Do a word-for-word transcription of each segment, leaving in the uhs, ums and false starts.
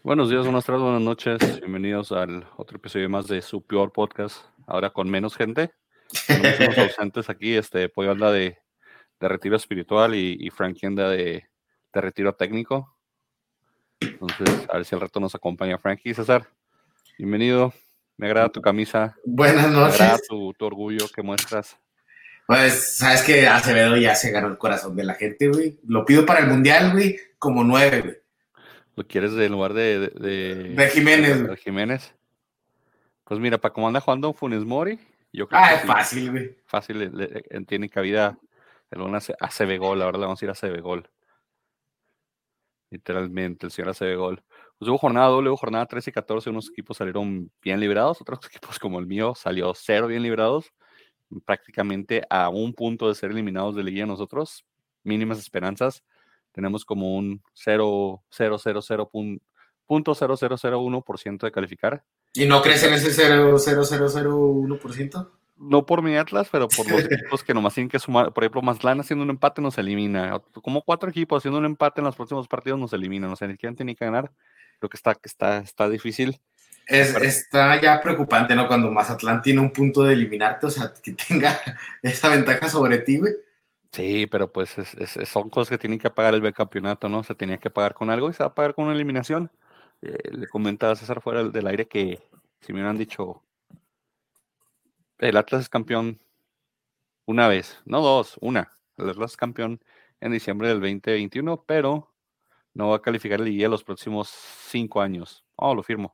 Buenos días, buenas tardes, buenas noches. Bienvenidos al otro episodio más de su peor podcast. Ahora con menos gente. Tenemos unos ausentes aquí. Este Pollo anda de, de retiro espiritual y, y Frankie anda de, de retiro técnico. Entonces, a ver si al rato nos acompaña Frankie. César, bienvenido. Me agrada tu camisa. Buenas Me agrada noches. tu, tu orgullo que muestras. Pues, sabes que Acevedo ya se ganó el corazón de la gente, güey. Lo pido para el mundial, güey, como nueve, güey. ¿Lo quieres de- en lugar de, de, De de, Jiménez, de güey. Jiménez? Pues mira, para cómo anda jugando Funes Mori, yo creo Ah, que es sí. fácil, güey. Fácil, le- le- tiene cabida el buen Ace- Acebegol, la verdad, le vamos a ir a Acebegol. Literalmente, el señor Acebegol. Pues hubo jornada doble, hubo jornada trece y catorce, unos equipos salieron bien librados, otros equipos como el mío salió cero bien librados, prácticamente a un punto de ser eliminados de liga nosotros, mínimas esperanzas, tenemos como un cero cero cero cero punto cero cero cero uno por ciento de calificar. ¿Y no Pues, crees en ese cero cero cero cero uno por ciento? no por mi Atlas, pero por los equipos que nomás tienen que sumar. Por ejemplo, Mazatlán haciendo un empate nos elimina. Como cuatro equipos haciendo un empate en los próximos partidos nos eliminan. O sea, ni siquiera tienen que ganar. Creo que está, que está, está difícil. Es, Aparte, está ya preocupante, ¿no? Cuando Mazatlán tiene un punto de eliminarte, o sea, que tenga esa ventaja sobre ti, güey. sí, pero pues es, es, son cosas que tienen que pagar el campeonato, ¿no? Se tenía que pagar con algo y se va a pagar con una eliminación. Eh, le comentaba a César fuera del, del aire que si me hubieran dicho, el Atlas es campeón una vez, no dos, una. El Atlas es campeón en diciembre del veinte veintiuno, pero no va a calificar el liguilla los próximos cinco años. Oh, lo firmo.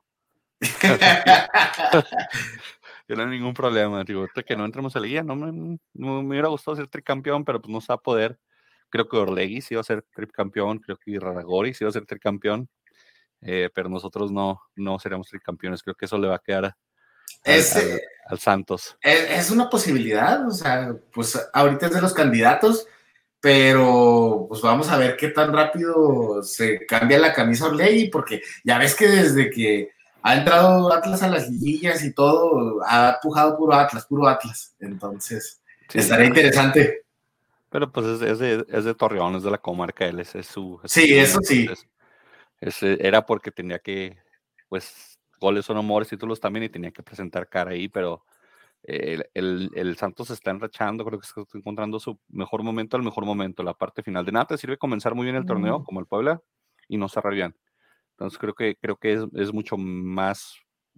Yo no hay ningún problema. Digo, ahorita que no entremos a la liguilla, no me, no me hubiera gustado ser tricampeón, pero pues no se va a poder. Creo que Orlegui sí iba a ser tricampeón, creo que Raragori sí iba a ser tricampeón, eh, pero nosotros no, no seremos tricampeones. Creo que eso le va a quedar al, Es, al, al Santos. es, es una posibilidad, o sea, pues ahorita es de los candidatos, pero pues vamos a ver qué tan rápido se cambia la camisa Orlegui, porque ya ves que desde que ha entrado Atlas a las liguillas y todo, ha pujado puro Atlas, puro Atlas. Entonces, Sí, estaría pero, interesante. pero pues es, es, de, es de Torreón, es de la comarca, él es, es su, es su Sí, cuna, eso sí. entonces ese era porque tenía que, pues, goles son amores, títulos también, y tenía que presentar cara ahí, pero el, el, el Santos se está enrachando, creo que está encontrando su mejor momento al mejor momento, la parte final. De nada te sirve comenzar muy bien el torneo, como el Puebla, y no cerrar bien. Entonces creo que, creo que es, es mucho más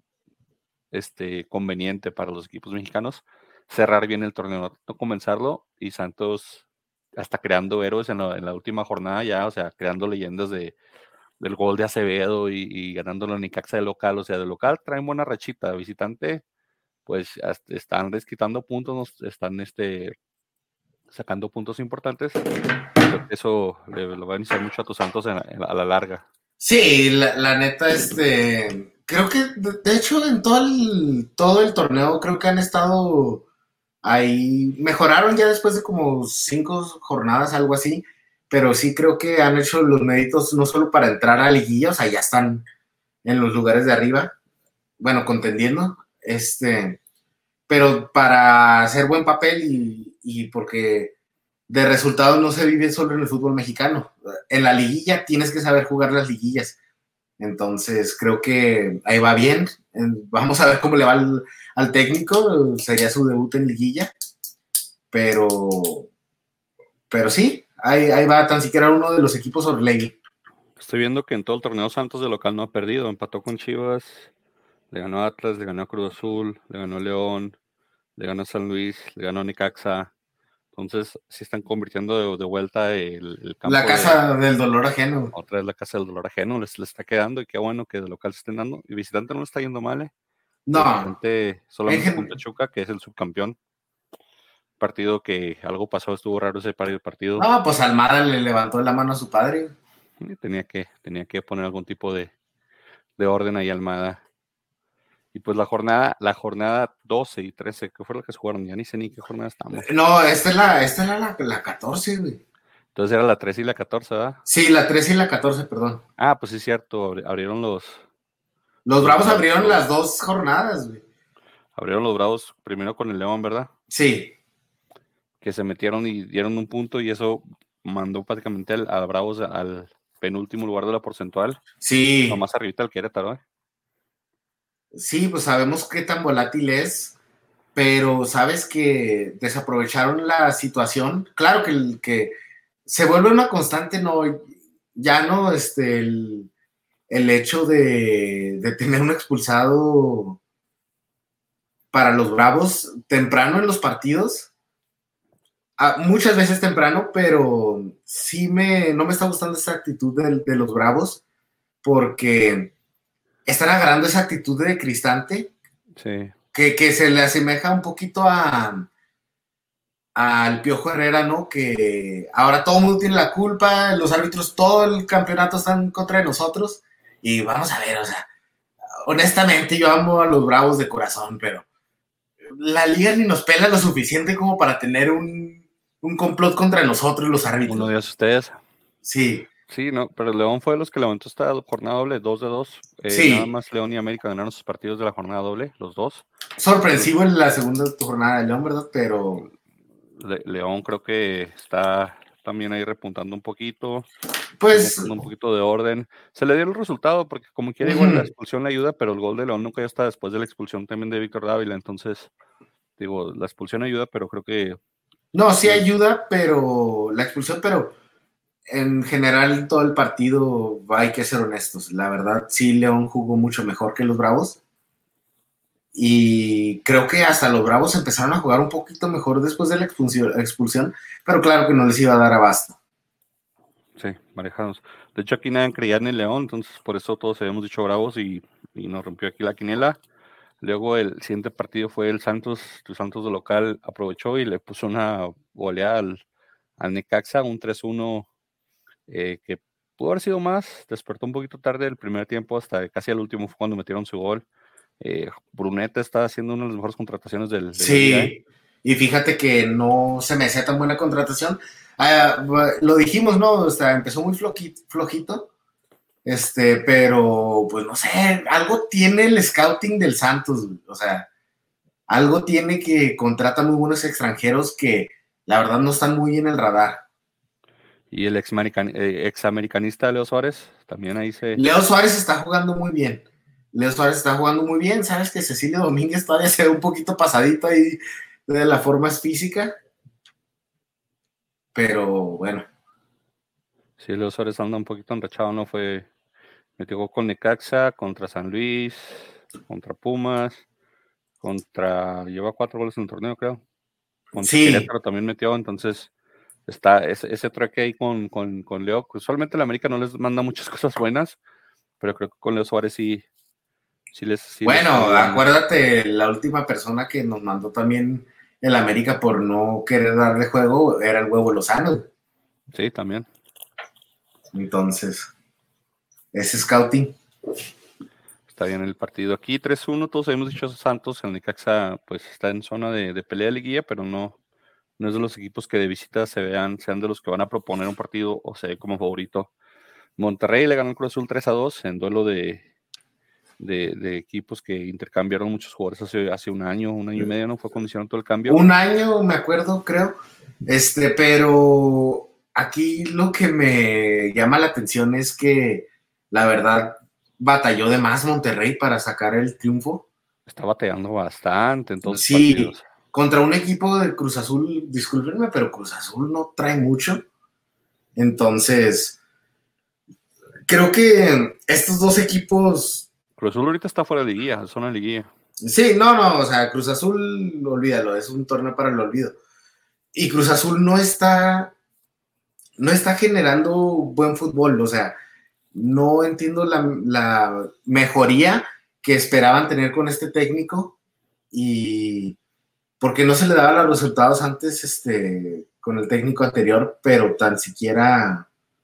este, conveniente para los equipos mexicanos cerrar bien el torneo, no comenzarlo, y Santos hasta creando héroes en la, en la última jornada ya, o sea, creando leyendas de, del gol de Acevedo y, y ganándolo en Necaxa de local, o sea, de local traen buena rachita, de visitante pues están desquitando puntos, nos están este, sacando puntos importantes, y creo que eso le, le va a beneficiar mucho a tus Santos en, en, a la larga. Sí, la, la neta, este, creo que de, de hecho en todo el, todo el torneo creo que han estado ahí, mejoraron ya después de como cinco jornadas, algo así, pero sí creo que han hecho los méritos no solo para entrar a liguilla, o sea, ya están en los lugares de arriba, bueno, contendiendo, este, pero para hacer buen papel y, y porque de resultados no se vive solo en el fútbol mexicano. En la liguilla tienes que saber jugar las liguillas. Entonces, creo que ahí va bien. Vamos a ver cómo le va al, al técnico. Sería su debut en liguilla. Pero, pero sí, ahí, ahí va tan siquiera uno de los equipos Orlegui. Estoy viendo que en todo el torneo Santos de local no ha perdido, empató con Chivas, le ganó a Atlas, le ganó a Cruz Azul, le ganó a León, le ganó a San Luis, le ganó a Necaxa. Entonces, sí están convirtiendo de, de vuelta el, el La campo de casa del dolor ajeno. otra vez la casa del dolor ajeno, les, les está quedando, y qué bueno que de local se estén dando. Y visitante no le está yendo mal, ¿eh? De No, visitante en solamente con gen... Pachuca, que es el subcampeón. Partido que algo pasó, estuvo raro ese partido. no, pues Almada le levantó la mano a su padre. Tenía que, tenía que poner algún tipo de, de orden ahí, Almada. Y pues la jornada, la jornada doce y trece, ¿qué fue lo que se jugaron? Ya ni sé ni qué jornada estamos. No, esta es la, esta era la, la catorce, güey. Entonces era la trece y la catorce, ¿verdad? Sí, la trece y la catorce, perdón. Ah, pues sí es cierto, abrieron los, Los los Bravos bravos, abrieron los, las dos jornadas, güey. abrieron los Bravos primero con el León, ¿verdad? Sí. Que se metieron y dieron un punto, y eso mandó prácticamente al, a Bravos al, penúltimo lugar de la porcentual. Sí. Nomás arribita el Querétaro, ¿eh? Sí, pues sabemos qué tan volátil es, pero sabes que desaprovecharon la situación. Claro que, que se vuelve una constante, no, ya no, este, el, el hecho de, de tener un expulsado para los Bravos temprano en los partidos, ah, muchas veces temprano, pero sí me, no me está gustando esa actitud de, de los Bravos, porque están agarrando esa actitud de Cristante, sí. que, que se le asemeja un poquito a al Piojo Herrera, ¿no? Que ahora todo el mundo tiene la culpa, los árbitros, todo el campeonato están contra de nosotros, y vamos a ver, o sea, honestamente yo amo a los Bravos de corazón, pero la liga ni nos pela lo suficiente como para tener un, un complot contra nosotros los árbitros. Uno de ustedes. Sí. Sí, no, pero León fue de los que levantó esta jornada doble, dos de dos. Eh, sí. Nada más León y América ganaron sus partidos de la jornada doble, los dos. Sorpresivo en la segunda jornada de León, ¿verdad? Pero... Le, León creo que está también ahí repuntando un poquito. Pues... Un poquito de orden. Se le dio el resultado porque como quiera igual la expulsión le ayuda, pero el gol de León nunca ya está después de la expulsión también de Víctor Dávila. Entonces, digo, la expulsión ayuda, pero creo que... No, sí ayuda, pero la expulsión, pero... En general, todo el partido, hay que ser honestos. La verdad, sí, León jugó mucho mejor que los Bravos. Y creo que hasta los Bravos empezaron a jugar un poquito mejor después de la expulsión, expulsión pero claro que no les iba a dar abasto. Sí, marejados. De hecho, aquí nadie creía en el León, entonces por eso todos habíamos dicho Bravos y, y nos rompió aquí la quiniela. Luego el siguiente partido fue el Santos, tu Santos de local aprovechó y le puso una goleada al, al Necaxa, un tres uno. Eh, que pudo haber sido más, despertó un poquito tarde el primer tiempo, hasta casi al último fue cuando metieron su gol. Eh, Bruneta está haciendo una de las mejores contrataciones del, de sí, la liga. ¿eh? Y fíjate que no se me hacía tan buena contratación. Ah, lo dijimos, ¿no? O sea, empezó muy flojito, flojito, este, pero pues no sé, algo tiene el scouting del Santos, o sea, algo tiene que contrata muy buenos extranjeros que la verdad no están muy en el radar. Y el ex, eh, ex americanista Leo Suárez, también ahí se... Leo Suárez está jugando muy bien. Leo Suárez está jugando muy bien. Sabes que Cecilio Domínguez todavía se ve un poquito pasadito ahí de la forma física. Pero bueno. Sí, Leo Suárez anda un poquito enrachado, ¿no? Fue... Metió con Necaxa, contra San Luis, contra Pumas, contra... Lleva cuatro goles en el torneo, creo. Contra sí. Querétaro también metió, entonces... Está ese, ese trueque ahí con, con, con Leo. Usualmente la América no les manda muchas cosas buenas, pero creo que con Leo Suárez sí, sí les. Sí bueno, les acuérdate, la última persona que nos mandó también el América por no querer darle juego era el Huevo Lozano. Sí, también. Entonces, ese scouting. Está bien el partido. Aquí tres uno, todos habíamos dicho Santos. El Necaxa pues está en zona de, de pelea de liguilla, pero no, no es de los equipos que de visita se vean, sean de los que van a proponer un partido o se ve como favorito. Monterrey le ganó el Cruz Azul tres a dos en duelo de, de, de equipos que intercambiaron muchos jugadores hace, hace un año, un año y medio, ¿no? Fue cuando hicieron todo el cambio. Un año, me acuerdo, creo. Este, pero aquí lo que me llama la atención es que la verdad batalló de más Monterrey para sacar el triunfo. Está batallando bastante en todos sí, los partidos. Contra un equipo de Cruz Azul, discúlpenme, pero Cruz Azul no trae mucho. Entonces, creo que estos dos equipos... Cruz Azul ahorita está fuera de liguilla, es una liguilla. Sí, no, no, o sea, Cruz Azul, olvídalo, es un torneo para el olvido. Y Cruz Azul no está, no está generando buen fútbol, o sea, no entiendo la, la mejoría que esperaban tener con este técnico y porque no se le daban los resultados antes este, con el técnico anterior, pero tan siquiera...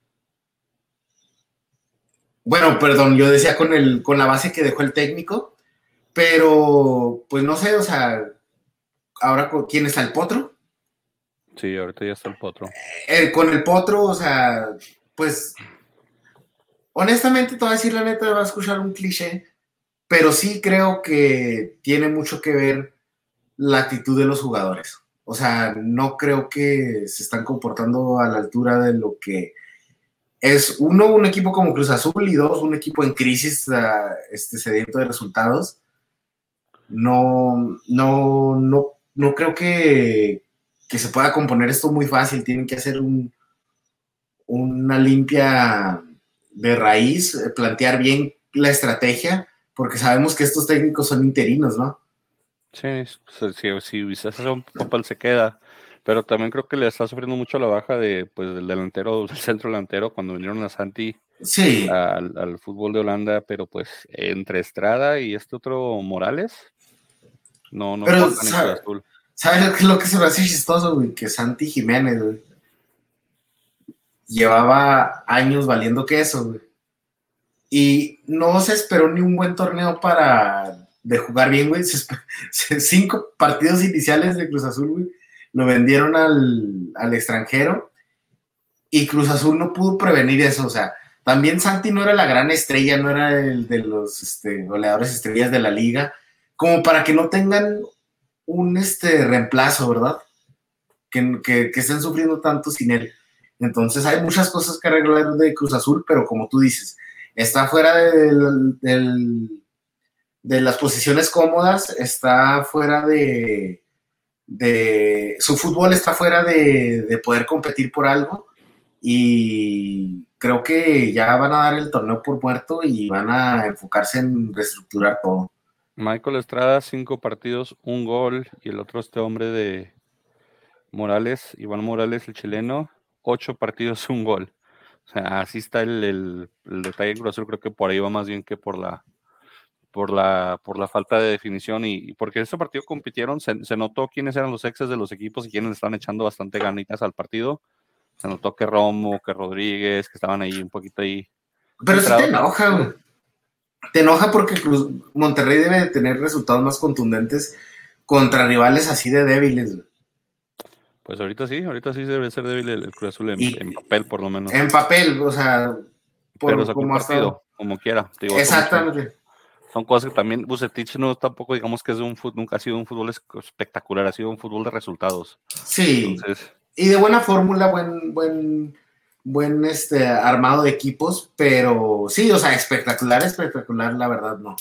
Bueno, perdón, yo decía con, el, con la base que dejó el técnico, pero pues no sé, o sea, ahora ¿quién está el Potro? Sí, ahorita ya está el Potro. Eh, con el Potro, o sea, pues honestamente te voy a decir la neta, va a escuchar un cliché, pero sí creo que tiene mucho que ver la actitud de los jugadores. O sea, no creo que se están comportando a la altura de lo que es uno, un equipo como Cruz Azul, y dos, un equipo en crisis, uh, este, sediento de resultados. No, no, no, no creo que, que se pueda componer esto muy fácil. Tienen que hacer un, una limpia de raíz, eh, plantear bien la estrategia, porque sabemos que estos técnicos son interinos, ¿no? Sí, si, si, si hace un papel se queda, pero también creo que le está sufriendo mucho la baja de, pues, del delantero, del centro delantero, cuando vinieron a Santi Sí. al, al fútbol de Holanda, pero pues entre Estrada y este otro Morales, no, no Pero, cuajan en Cruz ¿sabes Azul. ¿sabes lo que se me hace chistoso, güey? Que Santi Jiménez, güey, llevaba años valiendo queso, güey. Y no se esperó ni un buen torneo para de jugar bien, güey. Se se, cinco partidos iniciales de Cruz Azul, güey, lo vendieron al, al extranjero, y Cruz Azul no pudo prevenir eso. O sea, también Santi no era la gran estrella, no era el de los este, goleadores estrellas de la liga, como para que no tengan un este, reemplazo, ¿verdad? Que, que, que estén sufriendo tanto sin él. Entonces hay muchas cosas que arreglar de Cruz Azul, pero como tú dices, está fuera del, del, de las posiciones cómodas, está fuera de, de su fútbol, está fuera de, de poder competir por algo, y creo que ya van a dar el torneo por muerto y van a enfocarse en reestructurar todo. Michael Estrada, cinco partidos, un gol, y el otro este hombre de Morales, Iván Morales, el chileno, ocho partidos, un gol. O sea, así está el, el, el detalle en Cruz Azul. Creo que por ahí va más bien que por la por la por la falta de definición, y, y porque este partido compitieron, se, se notó quiénes eran los exes de los equipos y quiénes están echando bastante ganitas al partido. Se notó que Romo, que Rodríguez, que estaban ahí un poquito ahí Pero sí te centrados en el enoja, güey. partido. Te enoja porque Cruz, Monterrey debe de tener resultados más contundentes contra rivales así de débiles, güey. Pues ahorita sí, ahorita sí debe ser débil el, el Cruz Azul en, Y en papel por lo menos. en papel, o sea, Pero por sacó el cómo ha estado. partido, como quiera. Te digo, son, son, Exactamente. son cosas que también Bucetich no tampoco digamos que es de un fútbol, nunca ha sido un fútbol espectacular, ha sido un fútbol de resultados. Sí. Entonces, Y de buena fórmula, buen, buen, buen este, armado de equipos, pero sí, o sea, espectacular, espectacular, la verdad, no.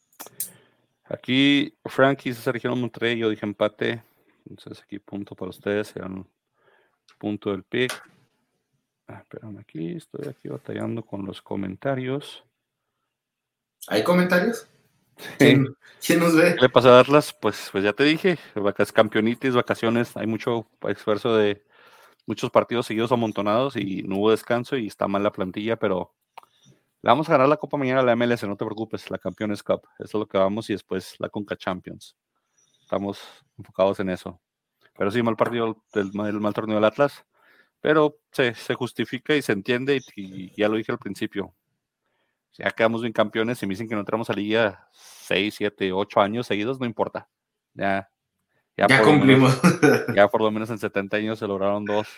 aquí Frankie se eligió Monterrey, yo dije empate. Entonces aquí punto para ustedes, serán punto del pick. Ah, espérame, aquí estoy aquí batallando con los comentarios. ¿Hay comentarios? ¿Qué ¿Quién, quién nos ve? le pasa a Atlas? Pues, pues ya te dije, vacas, campeonitis, vacaciones, hay mucho esfuerzo de muchos partidos seguidos amontonados y no hubo descanso y está mal la plantilla, pero le vamos a ganar la Copa mañana a la M L S, no te preocupes, la Campeones Cup, eso es lo que vamos, y después la Conca Champions. Estamos enfocados en eso. Pero sí, mal partido del mal, mal torneo del Atlas, pero se, se justifica y se entiende, y, y ya lo dije al principio. Ya quedamos bien campeones y me dicen que no entramos a liga seis, siete, ocho años seguidos, no importa. Ya, ya Ya por lo menos, cumplimos. ya por lo menos en setenta años se lograron dos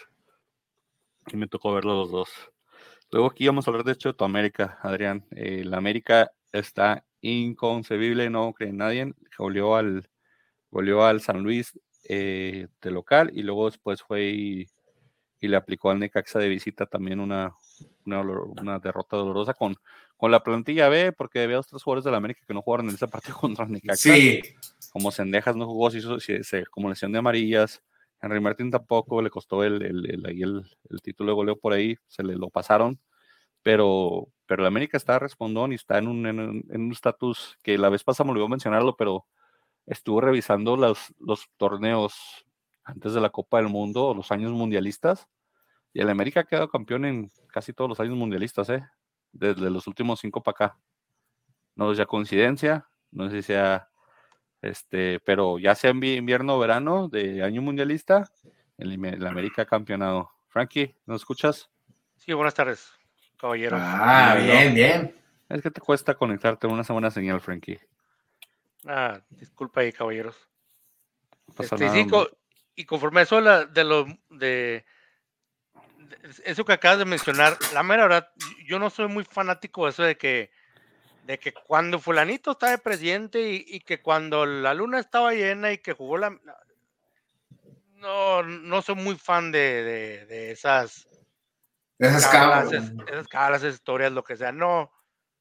y me tocó verlos los dos. Luego aquí vamos a hablar de hecho de tu América, Adrián. Eh, la América está inconcebible, no cree nadie. Goleó al, goleó al San Luis eh, de local, y luego después fue y, y le aplicó al Necaxa de visita también una, una, una derrota dolorosa con, con la plantilla B, porque había otros jugadores de la América que no jugaron en ese partido contra el Necaxa. Sí. Como Cendejas no jugó, se hizo, se, se, como lesión de amarillas. Henry Martín tampoco, le costó el, el, el, el, el, el título de goleo por ahí, se le lo pasaron. Pero, pero el América está respondón y está en un en, en un estatus que la vez pasada me olvidó mencionarlo, pero estuvo revisando los, los torneos antes de la Copa del Mundo, los años mundialistas, y el América ha quedado campeón en casi todos los años mundialistas, ¿eh? Desde los últimos cinco para acá. No sea coincidencia, no sé si sea, este, pero ya sea invierno o verano de año mundialista, el, el América ha campeonado. Frankie, ¿nos escuchas? Sí, buenas tardes, caballeros. Ah, bien, bien. Es que te cuesta conectarte a una buena señal, Frankie. Ah, disculpa ahí, caballeros. No pasa Este, nada, sí, hombre. co- y conforme a eso la- de lo de, de eso que acabas de mencionar, la mera verdad, yo no soy muy fanático de eso de que de que cuando fulanito estaba de presidente y, y que cuando la luna estaba llena y que jugó la no, no soy muy fan de, de, de esas Esas cábalas, cábalas. es- esas cábalas, esas historias, lo que sea, no,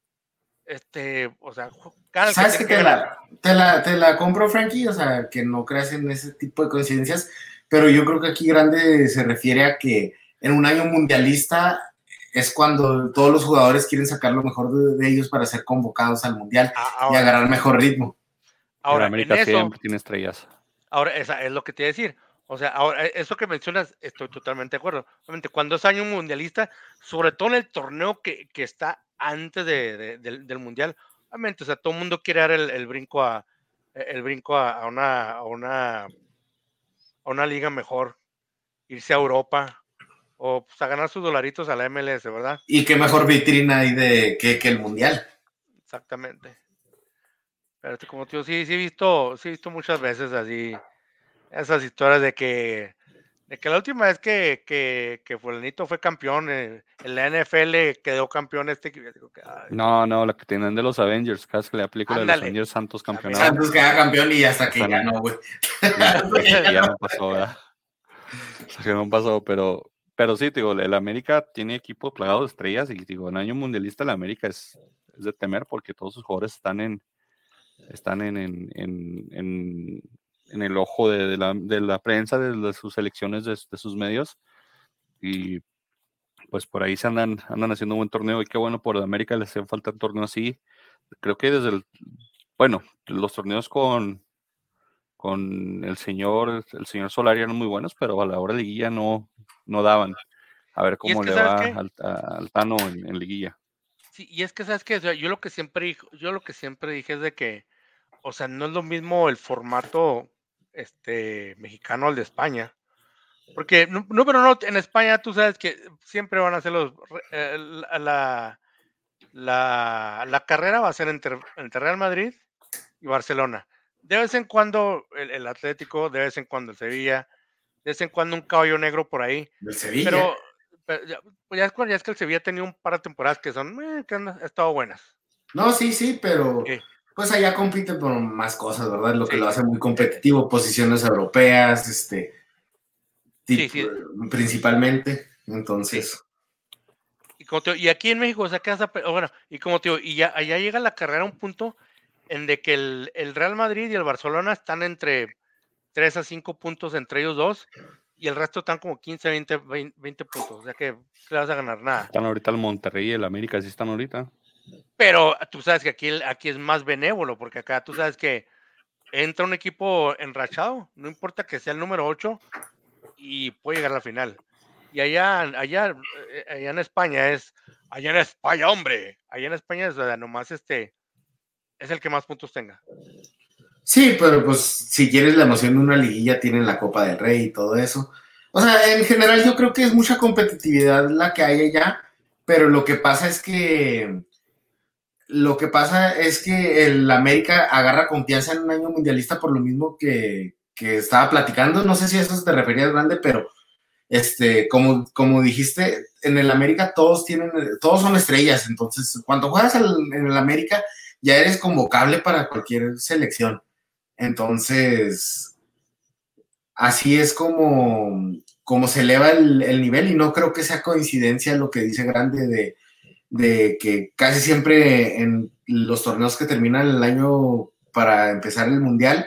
este, o sea, gana el que ¿Sabes tiene que que te ganar. la, te la, te la compro, Frankie? O sea, que no creas en ese tipo de coincidencias, pero yo creo que aquí grande se refiere a que en un año mundialista es cuando todos los jugadores quieren sacar lo mejor de, de ellos para ser convocados al mundial A- y Ahora, agarrar mejor ritmo. Y el ahora, en América eso, siempre tiene estrellas. ahora, esa es lo que te iba a decir. O sea, ahora, e- eso que mencionas, estoy totalmente de acuerdo. Obviamente, cuando es año mundialista, sobre todo en el torneo que, que está antes de, de- del, del mundial, obviamente, o sea, todo el mundo quiere dar el, el brinco a el brinco a, a una, a una, a una liga mejor, irse a Europa o pues, a ganar sus dolaritos a la M L S, ¿verdad? Y qué mejor vitrina hay de que, que el mundial. Exactamente. Pero este, como tío, sí, sí he visto, sí he visto muchas veces así esas historias de que de que la última vez que, que, que fulanito fue campeón, eh, en la N F L quedó campeón este equipo. Digo que, ay, No, no, la que tienen de los Avengers, casi que la película de los ándale. Avengers Santos También. campeonado. Santos queda campeón y hasta que Esa ya no, no, güey. y, y hasta que ya no pasó, ¿verdad? Hasta que no pasó, pero, pero sí, digo, el América tiene equipo plagado de estrellas y digo, en año mundialista el América es, es de temer porque todos sus jugadores están en, están en, en, en, en, en el ojo de, de, la, de la prensa, de, de sus selecciones, de, de sus medios, y pues por ahí se andan, andan haciendo un buen torneo y qué bueno, por América les hace falta un torneo así. Creo que desde el, bueno, los torneos con, con el señor, el señor Solari eran muy buenos, pero a la hora de liguilla no, no daban. A ver Y es cómo que, le ¿sabes va qué? al, a- al Tano en, en liguilla. Sí, y es que, ¿sabes qué? O sea, yo lo que siempre dijo- yo lo que siempre dije es de que, o sea, no es lo mismo el formato este mexicano al de España. Porque, nu- número uno, en España tú sabes que siempre van a ser los re- eh, la, la, la- la carrera va a ser entre, entre Real Madrid y Barcelona. De vez en cuando el, el Atlético, de vez en cuando el Sevilla, de vez en cuando un caballo negro por ahí. Del Sevilla. Pero, pero ya, pues ya es, cuando- ya es que el Sevilla ha tenido un par de temporadas que son, eh, que han ha estado buenas. No, sí, sí, pero Sí, pues allá compite por más cosas, ¿verdad? Lo que sí, lo hace muy eh, competitivo, posiciones europeas, este, sí, tipo, sí, principalmente. sí. Entonces, Y, como te digo, y aquí en México, o sea, que hasta, bueno, y como te digo, y ya allá llega la carrera a un punto en de que el, el Real Madrid y el Barcelona están entre tres a cinco puntos entre ellos dos, y el resto están como quince, veinte, veinte puntos. O sea que no le vas a ganar nada. Están ahorita el Monterrey y el América, sí están ahorita. Pero tú sabes que aquí, el- aquí es más benévolo, porque acá tú sabes que entra un equipo enrachado, no importa que sea el número ocho, y puede llegar a la final. Y allá, allá, eh, allá en España es, allá en España, hombre, allá en España es, o sea, nomás este, es el que más puntos tenga. sí, pero pues si quieres la emoción de una liguilla, tienen la Copa del Rey y todo eso. O sea, en general yo creo que es mucha competitividad la que hay allá, pero lo que pasa es que lo que pasa es que el América agarra confianza en un año mundialista por lo mismo que, que estaba platicando. No sé si a eso te referías, Grande, pero este, como, como dijiste, en el América todos tienen, todos son estrellas. Entonces, cuando juegas el, en el América, ya eres convocable para cualquier selección. Entonces, así es como, como se eleva el, el nivel, y no creo que sea coincidencia lo que dice Grande de de que casi siempre en los torneos que terminan el año para empezar el mundial,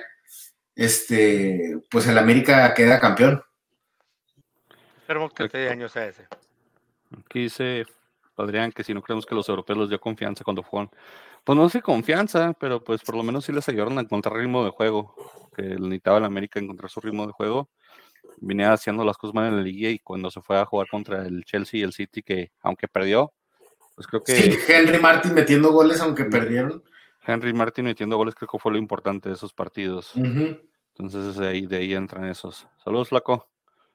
este, pues el América queda campeón. Esperemos que este Correcto. año sea ese. Aquí dice Adrián que si no creemos que los europeos les dio confianza cuando fueron. Pues no sé confianza, pero pues por lo menos sí les ayudaron a encontrar ritmo de juego. Que necesitaba el América encontrar su ritmo de juego. Venía haciendo las cosas mal en la liga y cuando se fue a jugar contra el Chelsea y el City, que aunque perdió, pues creo Sí, que Henry Martin metiendo goles aunque perdieron. Henry Martin metiendo goles creo que fue lo importante de esos partidos. Uh-huh. Entonces de ahí, de ahí entran esos. Saludos, flaco.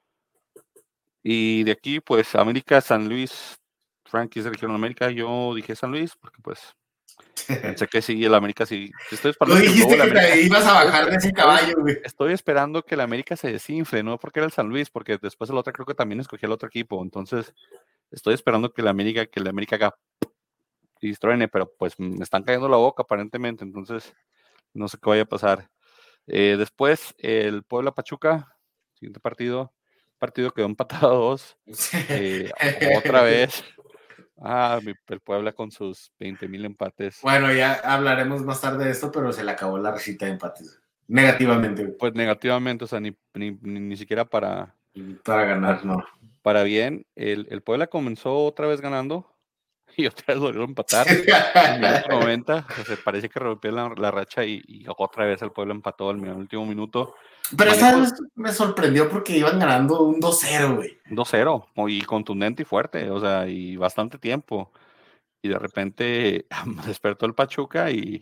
Y de aquí, pues, América, San Luis, Frankie se eligieron América, yo dije San Luis, porque pues pensé que sí, el América sí. Estoy Tú esperando que luego dijiste el que América. te ibas a bajar de ese Estoy, caballo, güey. estoy esperando que el América se desinfle, no porque era el San Luis, porque después el otro creo que también escogía el otro equipo. Entonces, estoy esperando que el América, que el América haga y truene, pero pues me están cayendo la boca aparentemente, entonces no sé qué vaya a pasar. Eh, después, el Puebla Pachuca, siguiente partido. partido quedó empatado a dos. Eh, otra vez. Ah, mi, el Puebla con sus veinte mil empates. Bueno, ya hablaremos más tarde de esto, pero se le acabó la recita de empates. Negativamente. Pues negativamente, o sea, ni, ni, ni, ni siquiera para... Para ganar, no. Para bien, el, el Puebla comenzó otra vez ganando y otra vez volvió a empatar en el minuto noventa. O sea, parece que rompió la, la racha y, y otra vez el Puebla empató al último minuto. Pero esta vez me sorprendió porque iban ganando un dos cero, güey. dos cero, y contundente y fuerte, o sea, y bastante tiempo. Y de repente despertó el Pachuca y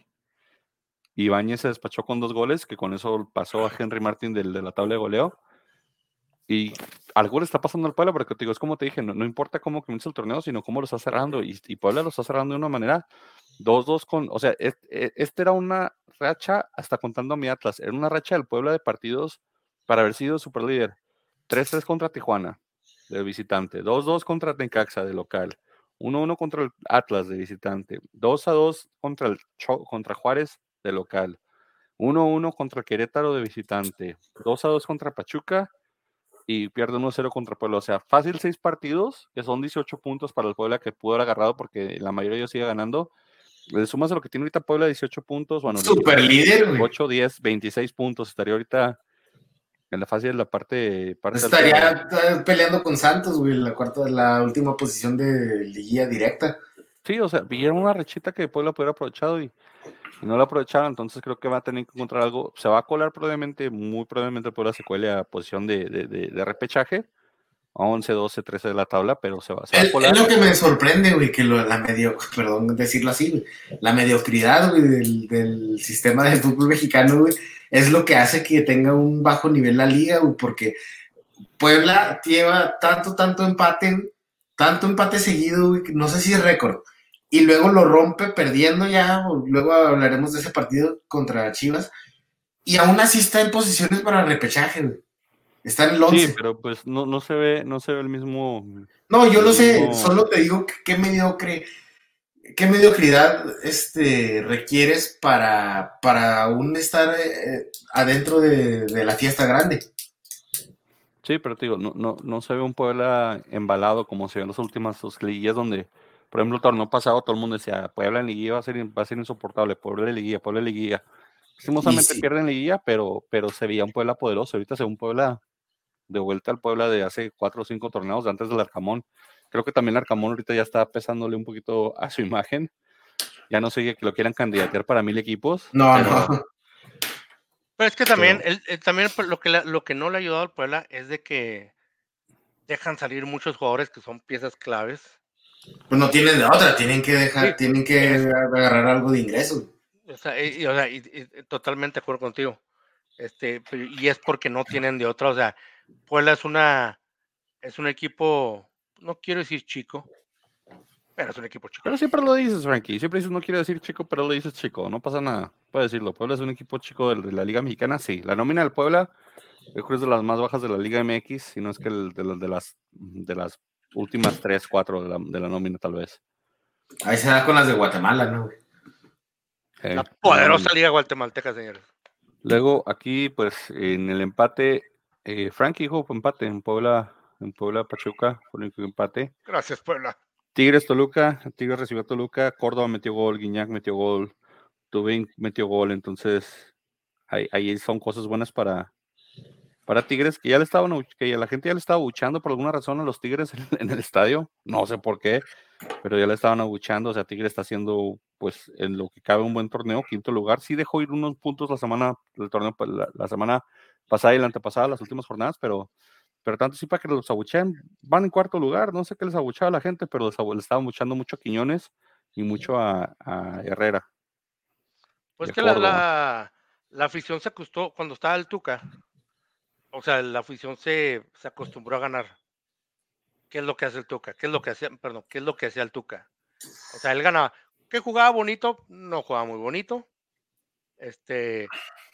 Ibáñez se despachó con dos goles, que con eso pasó a Henry Martin del, de la tabla de goleo. Y algo le está pasando al Puebla, porque te digo, es como te dije, no, no importa cómo comienza el torneo, sino cómo lo está cerrando. Y, y Puebla lo está cerrando de una manera dos dos con, o sea, este, este era una racha, hasta contando a mi Atlas, era una racha del Puebla de partidos para haber sido superlíder. tres tres contra Tijuana, de visitante. dos dos contra Necaxa, de local. uno uno contra el Atlas, de visitante. dos a dos contra, el, contra Juárez, de local. uno uno contra Querétaro, de visitante. dos a dos contra Pachuca y pierde uno cero contra Puebla. O sea, fácil seis partidos, que son dieciocho puntos para el Puebla, que pudo haber agarrado porque la mayoría de ellos sigue ganando. Le sumas a lo que tiene ahorita Puebla, dieciocho puntos. Bueno, super líder, güey. ocho, diez, veintiséis puntos. Estaría ahorita en la fase de la parte. parte Estaría alta, peleando con Santos, güey, la cuarta, la última posición de liguilla directa. Sí, o sea, vieron una rechita que Puebla pudiera aprovechado y, y no la aprovecharon. Entonces creo que va a tener que encontrar algo. Se va a colar probablemente, muy probablemente Puebla se cuele a posición de, de, de, de repechaje. once, doce, trece de la tabla, pero se va, se va es, a colar. Es lo que me sorprende, güey, que lo, la medio, perdón decirlo así, güey, la mediocridad, güey, del, del sistema de fútbol mexicano, güey, es lo que hace que tenga un bajo nivel la liga, güey, porque Puebla lleva tanto, tanto empate, tanto empate seguido, güey, que no sé si es récord, y luego lo rompe perdiendo ya, luego hablaremos de ese partido contra Chivas, y aún así está en posiciones para repechaje, güey. Está en el once. Sí, pero pues no, no se ve, no se ve el mismo. No, yo lo sé, solo te digo que qué mediocre, qué mediocridad este, requieres para, para aún estar eh, adentro de, de la fiesta grande. Sí, pero te digo, no, no, no se ve un Puebla embalado como se ve en las últimas dos liguillas donde, por ejemplo, el torneo pasado todo el mundo decía, Puebla en liguilla va a ser, va a ser insoportable, Puebla en liguilla, Puebla en liguilla. Lastimosamente sí. pierden liguilla, pero, pero se veía un Puebla poderoso. Ahorita se ve un Puebla de vuelta al Puebla de hace cuatro o cinco torneos de antes del Arcamón. Creo que también el Arcamón ahorita ya está pesándole un poquito a su imagen. Ya no sé que lo quieran candidatear para mil equipos. No, pero, no. Pero es que también, pero, el, el, también lo que, la, lo que no le ha ayudado al Puebla es de que dejan salir muchos jugadores que son piezas claves. Pues no tienen de otra, tienen que dejar, sí, tienen que es, agarrar algo de ingresos. O sea, y, o sea y, y, totalmente de acuerdo contigo. Este, y es porque no tienen de otra. O sea, Puebla es una, es un equipo, no quiero decir chico, pero es un equipo chico. Pero siempre lo dices, Frankie. Siempre dices, no quiero decir chico, pero lo dices chico. No pasa nada. Puedes decirlo. Puebla es un equipo chico de la Liga Mexicana, sí. La nómina del Puebla, yo creo es de las más bajas de la Liga M X, si no es que el, de, de, de, las, de las últimas tres, cuatro de la, de la nómina, tal vez. Ahí se da con las de Guatemala, ¿no? Eh, la poderosa Liga Guatemalteca, señores. Luego, aquí, pues, en el empate, eh, Frankie jugó empate en Puebla, en Puebla, Pachuca, fue el único empate. Gracias, Puebla. Tigres, Toluca, Tigres recibió a Toluca, Córdoba metió gol, Guiñac metió gol, Tubín metió gol, entonces ahí, ahí son cosas buenas para, para Tigres, que ya le estaban, que la gente ya le estaba abuchando por alguna razón a los Tigres en, en el estadio, no sé por qué, pero ya le estaban abuchando, o sea, Tigres está haciendo, pues, en lo que cabe un buen torneo, quinto lugar, sí dejó ir unos puntos la semana, el torneo, la, la semana pasada y la antepasada, las últimas jornadas, pero pero tanto sí para que los abucheen, van en cuarto lugar, no sé qué les abuchaba a la gente, pero les, les estaban abuchando mucho a Quiñones y mucho a, a Herrera. Pues que la, la, la afición se acostó cuando estaba el Tuca, o sea, la afición se, se acostumbró a ganar. ¿Qué es lo que hace el Tuca? ¿Qué es lo que hacía, perdón, qué es lo que hacía el Tuca? O sea, él ganaba. ¿Qué jugaba bonito? No jugaba muy bonito. Este,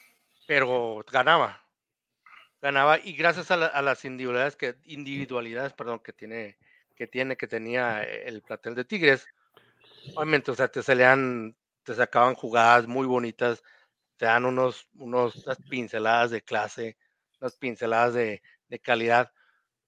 pero ganaba. Ganaba y gracias a, la, a las individualidades que individualidades, perdón, que tiene que tiene que tenía el plantel de Tigres. Obviamente, o sea, te salían te sacaban jugadas muy bonitas, te dan unos unos unas pinceladas de clase, unas pinceladas de, de calidad.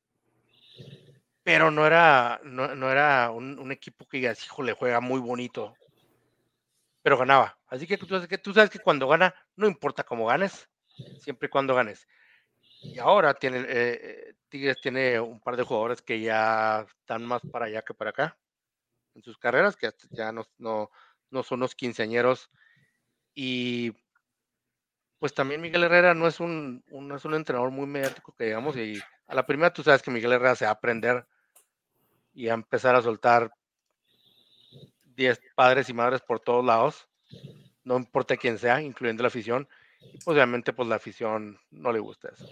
pero no era, no, no era un, un equipo que digas, híjole, juega muy bonito, pero ganaba. Así que tú, sabes que tú sabes que cuando gana, no importa cómo ganes, siempre y cuando ganes. Y ahora tiene, eh, eh, Tigres tiene un par de jugadores que ya están más para allá que para acá en sus carreras, que ya no, no, no son los quinceañeros. Y pues también Miguel Herrera no es un, un, no es un entrenador muy mediático que digamos, y a la primera tú sabes que Miguel Herrera se va a aprender y a empezar a soltar diez padres y madres por todos lados, no importa quién sea, incluyendo la afición, y pues obviamente pues la afición no le gusta eso.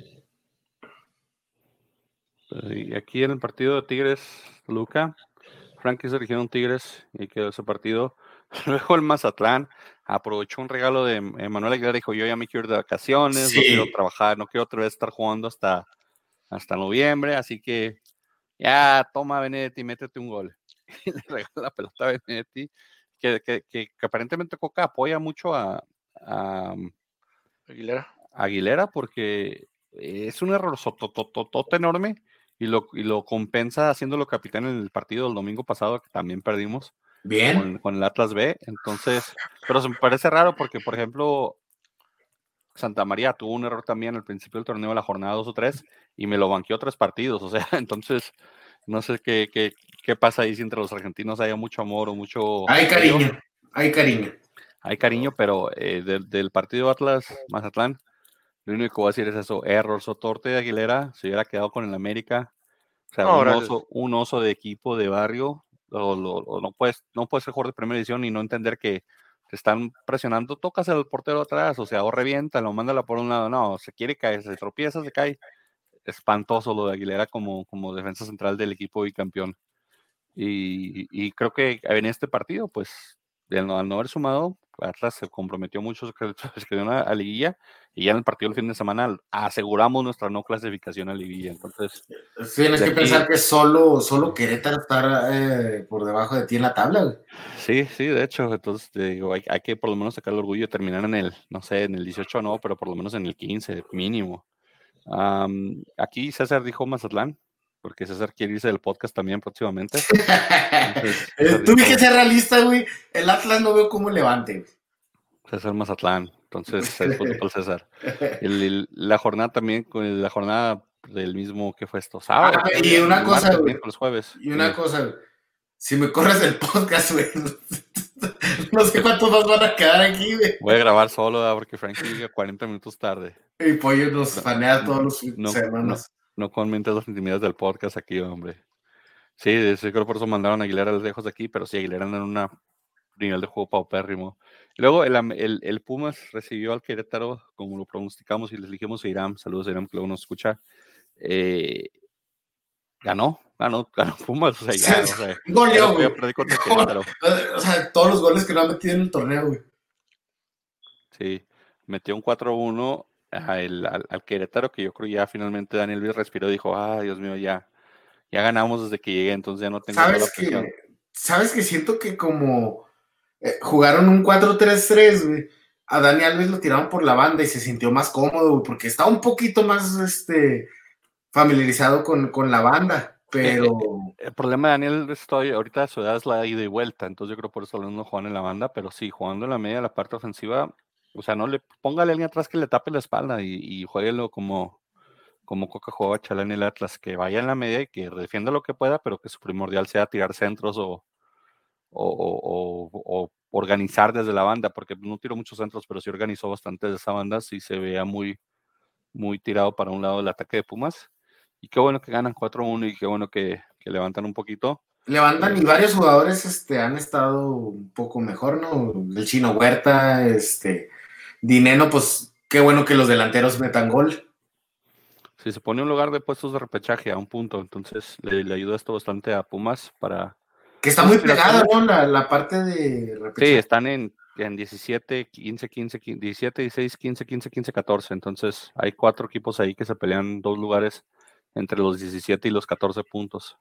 Y aquí en el partido de Tigres, Luca, Frankie se eligieron Tigres y quedó ese partido. Luego el Mazatlán aprovechó un regalo de Manuel Aguilar, dijo, yo ya me quiero ir de vacaciones, Sí. no quiero trabajar, no quiero otra vez estar jugando hasta, hasta noviembre, así que ya, toma Benedetti, métete un gol. Y le regala la pelota a Benedetti, que, que, que, que aparentemente Coca apoya mucho a, a Aguilera. Aguilera porque es un error sotototote enorme y lo, y lo compensa haciéndolo capitán en el partido del domingo pasado que también perdimos Bien. con, con el Atlas B. Entonces, pero se me parece raro porque, por ejemplo, Santa María tuvo un error también al principio del torneo de la jornada dos o tres y me lo banqueó tres partidos. O sea, entonces, no sé qué, qué, qué pasa ahí si entre los argentinos haya mucho amor o mucho Hay apoyo. cariño, hay cariño. Hay cariño, pero eh, del, del partido Atlas-Mazatlán, lo único que voy a decir es eso, error sotorte de Aguilera, se hubiera quedado con el América, o sea, Ahora, un oso, un oso de equipo de barrio, o, lo, o no puedes, no puedes ser jugador de primera división y no entender que te están presionando, tocas al portero atrás, o sea, o reviéntalo, mándala por un lado, no, se quiere caer, se tropieza, se cae, espantoso lo de Aguilera como, como defensa central del equipo bicampeón. Y, y creo que en este partido, pues, al no, al no haber sumado, Atlas se comprometió mucho, se quedó a, a liguilla, y ya en el partido del fin de semana aseguramos nuestra no clasificación a liguilla. Entonces, tienes que aquí, pensar que solo, solo Querétaro está eh, por debajo de ti en la tabla, güey. Sí, sí, de hecho, entonces te digo, hay, hay que por lo menos sacar el orgullo de terminar en el, no sé, en el dieciocho no, pero por lo menos en el quince, mínimo. Um, aquí César dijo Mazatlán, porque César quiere irse del podcast también próximamente. Entonces, César Tuve dijo, que ser realista, güey. El Atlas no veo cómo levante. César Mazatlán, entonces el fútbol César. El, el, la jornada también, la jornada del mismo que fue esto, sábado. Ah, y una el cosa, martes, güey. miércoles, jueves. Y una Dime. cosa, güey. Si me corres el podcast, güey. No sé cuántos más van a quedar aquí, güey. Voy a grabar solo, ¿verdad? Porque Frankie llega cuarenta minutos tarde. Y Pollo nos No, fanea todos los no, semanas. no, no comentes las intimidades del podcast aquí, hombre. Sí, sí, creo por eso mandaron a Aguilera lejos de aquí, pero sí, Aguilera anda en un nivel de juego paupérrimo. Luego el, el, el Pumas recibió al Querétaro, como lo pronosticamos y les dijimos a Irán, saludos a Irán que luego nos escucha, eh, ganó, ganó, ganó Pumas, o sea, ya, o sea, Goleó, ya güey. no perder contra Querétaro. O sea, todos los goles que no ha metido en el torneo, güey. Sí, metió un cuatro uno al, al, al Querétaro, que yo creo ya finalmente Daniel Luis respiró y dijo, ah, Dios mío, ya, ya ganamos desde que llegué, entonces ya no tengo toda la presión. Que, ¿Sabes que siento que como eh, jugaron un cuatro tres tres, güey? A Dani Alves lo tiraron por la banda y se sintió más cómodo, güey, porque está un poquito más este, familiarizado con, con la banda, pero... Eh, eh, el problema de Daniel estoy ahorita a su edad es la ida y vuelta, entonces yo creo por eso no juegan en la banda, pero sí, jugando en la media, la parte ofensiva, o sea, no le póngale a alguien atrás que le tape la espalda y, y jueguelo como, como Coca jugaba Chalán en el Atlas, que vaya en la media y que defienda lo que pueda, pero que su primordial sea tirar centros o, o, o, o, o organizar desde la banda, porque no tiró muchos centros, pero sí organizó bastante de esa banda, sí se veía muy, muy tirado para un lado del ataque de Pumas. Y qué bueno que ganan cuatro uno y qué bueno que, que levantan un poquito. Levantan eh, y varios jugadores este, han estado un poco mejor, ¿no? El Chino Huerta, este, Dineno, pues qué bueno que los delanteros metan gol. Si se pone un lugar de puestos de repechaje a un punto, entonces le, le ayuda esto bastante a Pumas para... Que está muy pegada, ¿no? La, la parte de repechaje. Sí, están en, en diecisiete, quince, quince, diecisiete, dieciséis, quince, quince, quince, catorce. Entonces hay cuatro equipos ahí que se pelean dos lugares entre los diecisiete y los catorce puntos.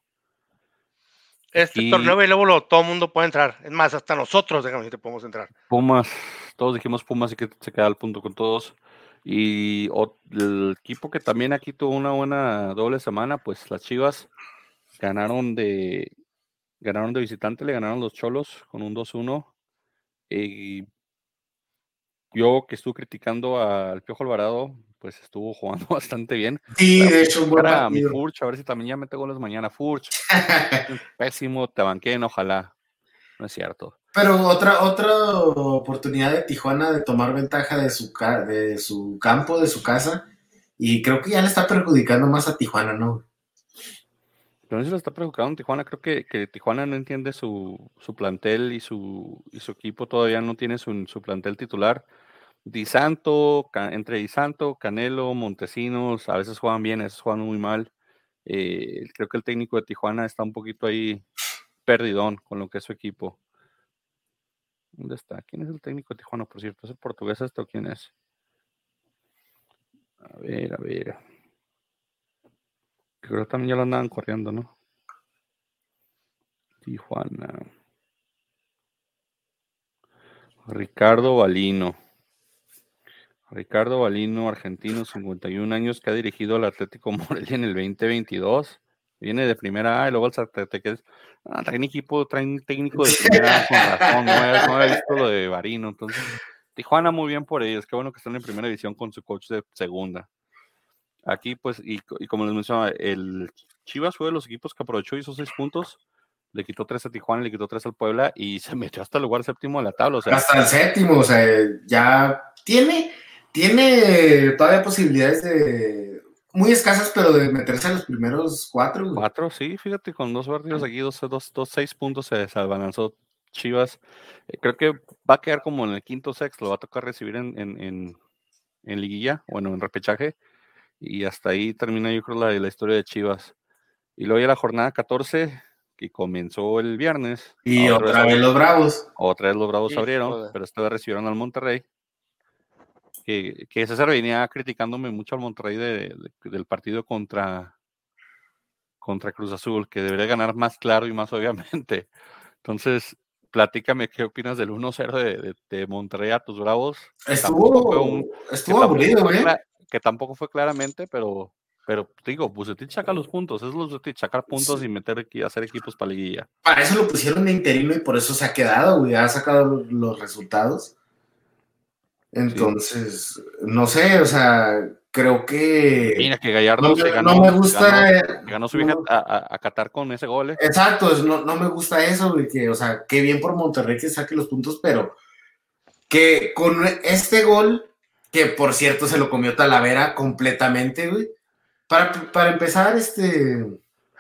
Este y torneo y luego todo el mundo puede entrar. Es más, hasta nosotros, déjame decirte, podemos entrar. Pumas, todos dijimos Pumas y que se queda al punto con todos. Y o, el equipo que también aquí tuvo una buena doble semana, pues las Chivas, ganaron de ganaron de visitante, le ganaron los Cholos con un dos uno. Y yo que estuve criticando al Piojo Alvarado, pues estuvo jugando bastante bien. Sí, Voy a de hecho, un buen buscar a mi partido. Furch, a ver si también ya mete goles mañana. Furch, pésimo, te banquen, ojalá. No es cierto. Pero otra, otra oportunidad de Tijuana de tomar ventaja de su, ca- de su campo, de su casa. Y creo que ya le está perjudicando más a Tijuana, ¿no? Pero no se lo está preocupando Tijuana. Creo que, que Tijuana no entiende su, su plantel y su, y su equipo todavía no tiene su, su plantel titular. Di Santo, Ca- entre Di Santo, Canelo, Montesinos, a veces juegan bien, a veces juegan muy mal. Eh, creo que el técnico de Tijuana está un poquito ahí perdidón con lo que es su equipo. ¿Dónde está? ¿Quién es el técnico de Tijuana, por cierto? ¿Es el portugués este o quién es? A ver, a ver. Creo que también ya lo andaban corriendo, ¿no? Tijuana. Ricardo Balino. Ricardo Balino, argentino, cincuenta y un años, que ha dirigido al Atlético Morelia en el veinte veintidós. Viene de primera A y luego el Zacatecas. Ah, traen equipo, traen técnico de primera A, con razón. No había, no había visto lo de Balino. Entonces, Tijuana muy bien por ellos. Qué bueno que están en primera división con su coach de segunda. Aquí, pues, y, y como les mencionaba, el Chivas fue de los equipos que aprovechó y hizo seis puntos. Le quitó tres a Tijuana, le quitó tres al Puebla y se metió hasta el lugar séptimo de la tabla. O sea, Hasta el séptimo, o sea, ya tiene, tiene todavía posibilidades de, muy escasas, pero de meterse a los primeros cuatro. Güey. cuatro, sí, fíjate, con dos partidos seguidos, dos, dos, seis puntos se desbalanzó Chivas. Eh, creo que va a quedar como en el quinto sexto, lo va a tocar recibir en, en, en, en liguilla, bueno, en repechaje, y hasta ahí termina yo creo la, la historia de Chivas. Y luego ya la jornada catorce, que comenzó el viernes. Y Otra otra vez, vez los Bravos. otra vez los Bravos abrieron, Híjole. pero esta vez recibieron al Monterrey. Que, que César venía criticándome mucho al Monterrey de, de, del partido contra, contra Cruz Azul, que debería ganar más claro y más obviamente. Entonces, platícame qué opinas del uno cero de, de, de Monterrey a tus Bravos. Que tampoco fue un. Estuvo, Que estuvo tampoco aburrido, fue, güey. cla- que tampoco fue claramente, pero. Pero digo, Bucetich saca los puntos, es los Bucetich, sacar puntos Sí. y meter aquí, hacer equipos para liguilla. Para eso lo pusieron de interino y por eso se ha quedado, güey. Ha sacado los, los resultados. Entonces, sí. No sé, o sea, creo que. Mira que Gallardo no, se me, ganó, no me gusta. ganó, ganó su hija no, a, a, a Qatar con ese gol. ¿eh? Exacto, no, no me gusta eso, güey. Que, o sea, qué bien por Monterrey que saque los puntos, pero que con este gol, que por cierto se lo comió Talavera completamente, güey. Para, para empezar, este.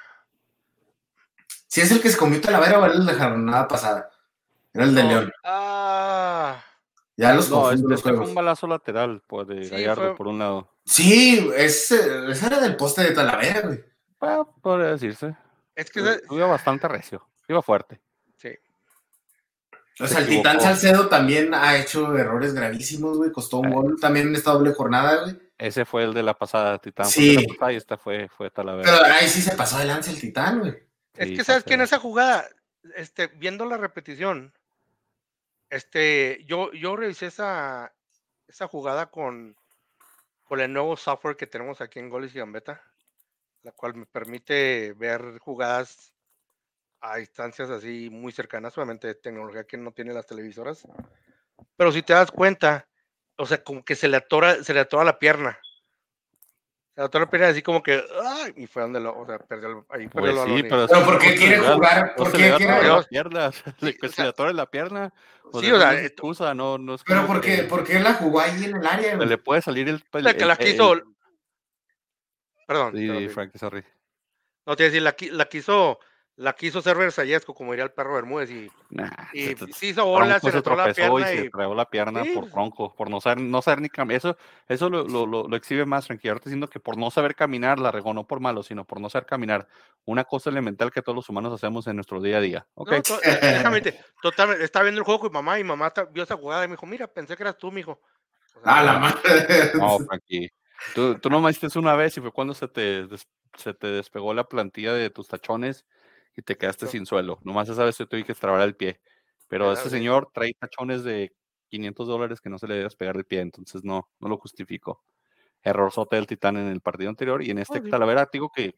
Si es el que se comió Talavera o era el de la jornada pasada. Era el de No, León. Ah, Ya los No, confundo este, los este juegos. fue un balazo lateral pues, de Sí, Gallardo, fue- por un lado. Sí, ese, ese era del poste de Talavera, güey. Bueno, podría decirse. es que Eh, Iba bastante recio, iba fuerte. sí. O Se sea, el Titán equivocó. Salcedo también ha hecho errores gravísimos, güey. Costó un Eh, gol también en esta doble jornada, güey. Ese fue el de la pasada, Titán fue el de Sí, la pasada y esta fue, fue Talavera. pero ahí sí se pasó de lanza el Titán, güey. Es Sí, que sabes que en Salcedo. esa jugada, este, viendo la repetición, este, yo, yo revisé esa, esa jugada con, con el nuevo software que tenemos aquí en Goles y Gambetta, la cual me permite ver jugadas a distancias así muy cercanas, obviamente tecnología que no tienen las televisoras. Pero si te das cuenta, o sea, como que se le atora, se le atora la pierna. Se le atora la pierna así como que, ¡ay! Y fue donde lo, o sea, perdió el, ahí perdió el Pues balón. sí, y- pero Pero sí, ¿por qué no se quiere le da, jugar? no ¿Por se qué le da quiere? todas Pero- las piernas, sí, que o se sea, le atore la pierna, pues sí, eso o no sea, es esto- excusa, no, no es Pero como ¿por qué, que ¿por qué la jugó ahí en el área, se güey? le puede salir el, el, la que el- la quiso, el- perdón, sí, perdón, Frank, sorry. no te voy a decir, la, qui- la quiso, la quiso hacer versallesco, como diría el perro Bermúdez, y, Nah, y se- se- sí hizo bola, Tronco se le se atoró la tropezó y pierna se y tragó la pierna sí, por Tronco, por no saber, no saber ni caminar. Eso, eso lo, lo, lo, lo exhibe más, Frankie. Ahorita diciendo que por no saber caminar la regó, no por malo, sino por no saber caminar. Una cosa elemental que todos los humanos hacemos en nuestro día a día. ¿Ok? no, to- de- déjame decirte, totalmente, estaba viendo el juego con mi mamá y mamá ta- vio esa jugada y me dijo, mira, pensé que eras tú, mijo. O sea, Ah, la No, madre. no, Frankie. Tú, tú nomás hiciste una vez y fue cuando se te, des- se te despegó la plantilla de tus tachones y te quedaste no, sin suelo. Nomás esa vez te tuve que trabar el pie. Pero era ese así. señor trae tachones de quinientos dólares que no se le debe pegar el pie, entonces no, no lo justifico. Error sote del Titán en el partido anterior y en este Oh, sí. Talavera, digo que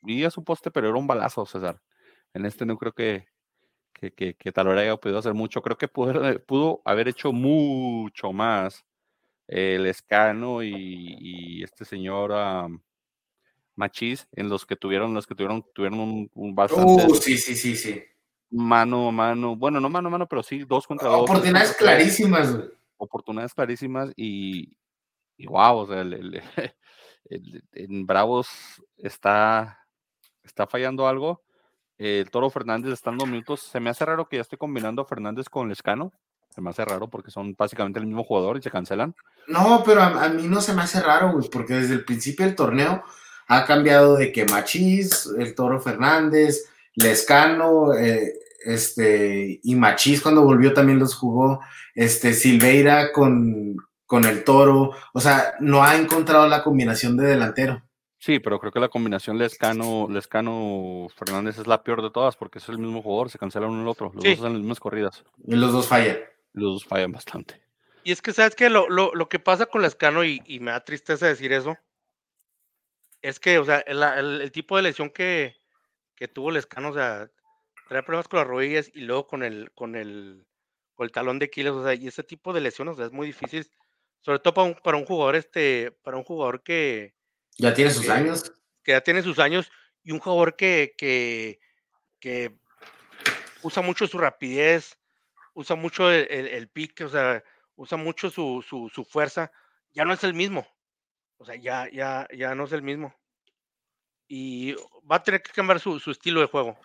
vi a su poste, pero era un balazo, César. En este no creo que, que, que, que Talavera haya podido hacer mucho. Creo que pudo, pudo haber hecho mucho más el Escano y, y este señor um, Machís, en los que tuvieron, los que tuvieron, tuvieron un, un bastante Uh, sí, sí, sí, sí. mano a mano, bueno, no mano a mano, pero sí dos contra dos. Oportunidades contra tres, clarísimas, güey. oportunidades clarísimas y, y wow, o sea, el, el, el, en Bravos está, está fallando algo. El Toro Fernández está dando minutos. Se me hace raro que ya estoy combinando a Fernández con Lescano. Se me hace raro porque son básicamente el mismo jugador y se cancelan. No, pero a, a mí no se me hace raro, güey, porque desde el principio del torneo ha cambiado de que Machís, el Toro Fernández, Lescano, eh, este, y Machís cuando volvió también los jugó, este, Silveira con, con el Toro, o sea, no ha encontrado la combinación de delantero. Sí, pero creo que la combinación Lescano, Lescano Fernández es la peor de todas porque es el mismo jugador, se cancelan uno el otro. Los Sí. dos hacen las mismas corridas. Y los dos fallan. Los dos fallan bastante. Y es que, ¿sabes qué? Lo, lo, lo que pasa con Lescano, y, y me da tristeza decir eso, es que, o sea, el, el, el tipo de lesión que, que tuvo Lescano, o sea, trae problemas con las rodillas y luego con el, con el, con el talón de Aquiles, o sea, y ese tipo de lesiones, o sea, es muy difícil, sobre todo para un, para un jugador, este, para un jugador que, Ya tiene sus que, años. que ya tiene sus años, y un jugador que, que, que usa mucho su rapidez, usa mucho el, el, el pique, o sea, usa mucho su, su, su fuerza, ya no es el mismo. O sea, ya, ya, ya no es el mismo. Y va a tener que cambiar su, su estilo de juego.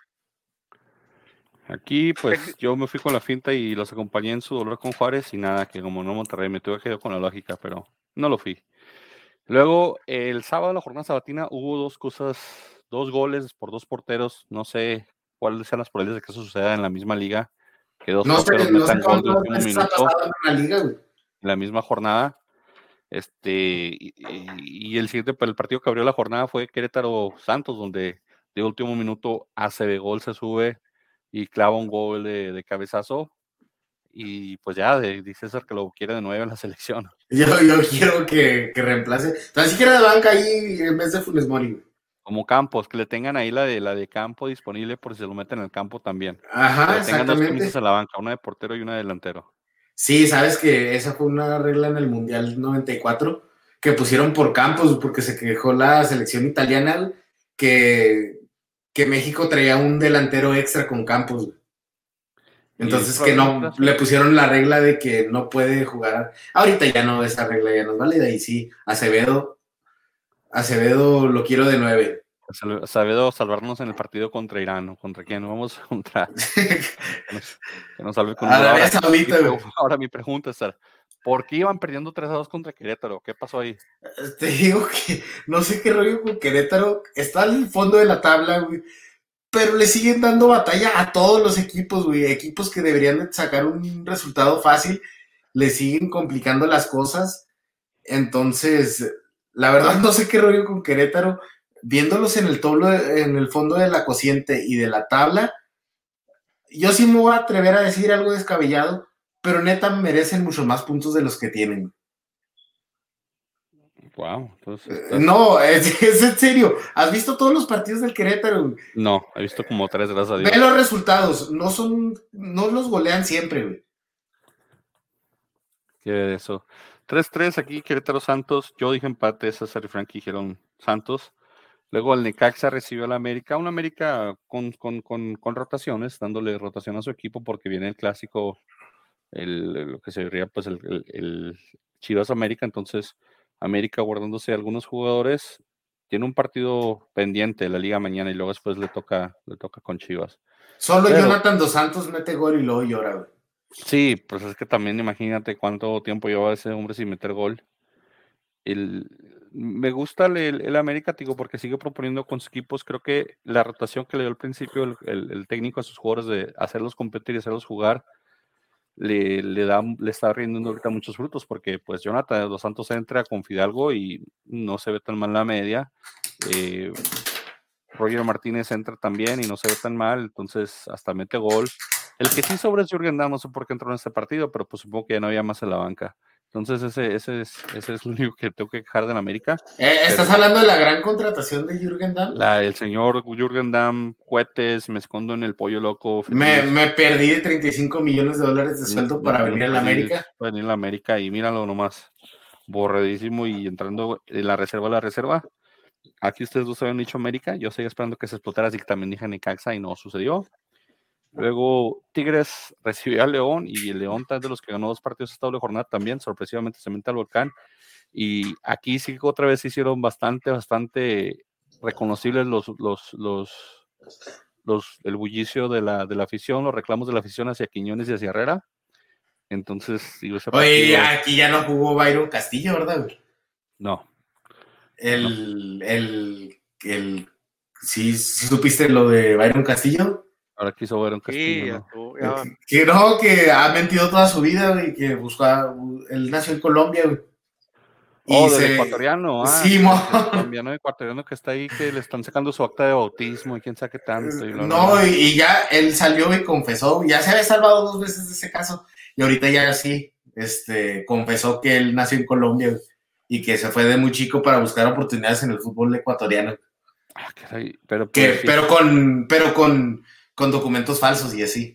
Aquí, pues, yo me fui con la finta y los acompañé en su dolor con Juárez y nada, que como no Monterrey, me tuve que quedar con la lógica, pero no lo fui. Luego, el sábado, la jornada sabatina, hubo dos cosas, dos goles por dos porteros. No sé cuáles sean las probabilidades de que eso suceda en la misma liga, que dos No sé, porteros no sé metan gol de cuántas último veces ha minuto pasado en la liga, güey. en la misma jornada. Este, y, y el siguiente, el partido que abrió la jornada fue Querétaro Santos, donde de último minuto Acebegol se sube y clava un gol de, de cabezazo. Y pues ya, de, dice César que lo quiere de nuevo en la selección. Yo, yo quiero que, que reemplace. Tan siquiera de banca ahí en vez de Funes Mori, güey. Como Campos, que le tengan ahí la de la de campo disponible por si se lo meten en el campo también. Ajá, Que tengan dos camisas exactamente. en la banca, una de portero y una de delantero. Sí, sabes que esa fue una regla en el Mundial noventa y cuatro que pusieron por Campos porque se quejó la selección italiana que, que México traía un delantero extra con Campos, güey. Entonces que no, le pusieron la regla de que no puede jugar. Ahorita ya no, esa regla ya no es válida. Y sí, Acevedo, Acevedo lo quiero de nueve. Acevedo salvarnos en el partido contra Irán, ¿no? ¿Contra quién? Vamos contra... que, nos, que nos salve con un Arabia ahora, Saudita, mi, güey. ahora mi pregunta es, ¿por qué iban perdiendo tres a dos contra Querétaro? ¿Qué pasó ahí? Te digo que no sé qué rollo con Querétaro. Está al fondo de la tabla, güey. Pero le siguen dando batalla a todos los equipos, güey. Equipos que deberían sacar un resultado fácil, le siguen complicando las cosas. Entonces, la verdad no sé qué rollo con Querétaro. Viéndolos en el, toblo, en el fondo de la cociente y de la tabla, yo sí me voy a atrever a decir algo descabellado, pero neta merecen mucho más puntos de los que tienen. Wow, entonces estás... No, es, es en serio. ¿Has visto todos los partidos del Querétaro? No, he visto como tres, gracias a Dios. Ve los resultados, no son, no los golean siempre, güey. ¿Qué es eso? tres tres aquí, Querétaro Santos. Yo dije empate, César y Frank dijeron Santos. Luego el Necaxa recibió al América, un América con, con, con, con rotaciones, dándole rotación a su equipo porque viene el clásico, el, lo que se diría pues el, el, el Chivas América, entonces América guardándose algunos jugadores, tiene un partido pendiente de la liga mañana y luego después le toca, le toca con Chivas. Solo Pero, Jonathan Dos Santos mete gol y luego llora, güey. Sí, pues es que también imagínate cuánto tiempo lleva ese hombre sin meter gol. El, me gusta el, el América, digo, porque sigue proponiendo con sus equipos. Creo que la rotación que le dio al principio el, el, el técnico a sus jugadores de hacerlos competir y hacerlos jugar, le, le, da, le está rindiendo ahorita muchos frutos, porque pues Jonathan Dos Santos entra con Fidalgo y no se ve tan mal la media. Eh, Roger Martínez entra también y no se ve tan mal, entonces hasta mete gol. El que sí sobra es Jürgen Damm, no sé por qué entró en este partido, pero pues supongo que ya no había más en la banca. Entonces ese, ese, es, ese es lo único que tengo que quejar de la América. Eh, ¿Estás Pero, hablando de la gran contratación de Jürgen Damm? La, el señor Jürgen Damm, cohetes, me escondo en el pollo loco. Me, me perdí de treinta y cinco millones de dólares de sueldo para venir a la América. Para venir a la América y míralo nomás, borradísimo y entrando en la reserva a la reserva. Aquí ustedes dos habían dicho América, yo seguía esperando que se explotara, así que también dije Necaxa y no sucedió. Luego Tigres recibió a León y el León, tal de los que ganó dos partidos esta doble jornada también, sorpresivamente se mete al volcán. Y aquí sí que otra vez hicieron bastante, bastante reconocibles los, los, los, los el bullicio de la, de la afición, los reclamos de la afición hacia Quiñones y hacia Herrera. Entonces, digo, ese Oye, partido... aquí ya no jugó Byron Castillo, ¿verdad, güey? No. El, no. el, el, ¿sí, ¿sí supiste lo de Byron Castillo? Ahora quiso Byron Castillo, sí, ¿no? Tú, ya. Que, que no, que ha mentido toda su vida, güey, que buscaba, él nació en Colombia, güey. Oh, del se... ecuatoriano, ah, sí, el, el colombiano ecuatoriano que está ahí, que le están sacando su acta de bautismo y quién sabe qué tanto. Y no, y, y ya él salió y confesó, ya se había salvado dos veces de ese caso, y ahorita ya sí, este, confesó que él nació en Colombia y que se fue de muy chico para buscar oportunidades en el fútbol ecuatoriano. Ah, caray, pero, que, pues, pero con, pero con, con documentos falsos y así.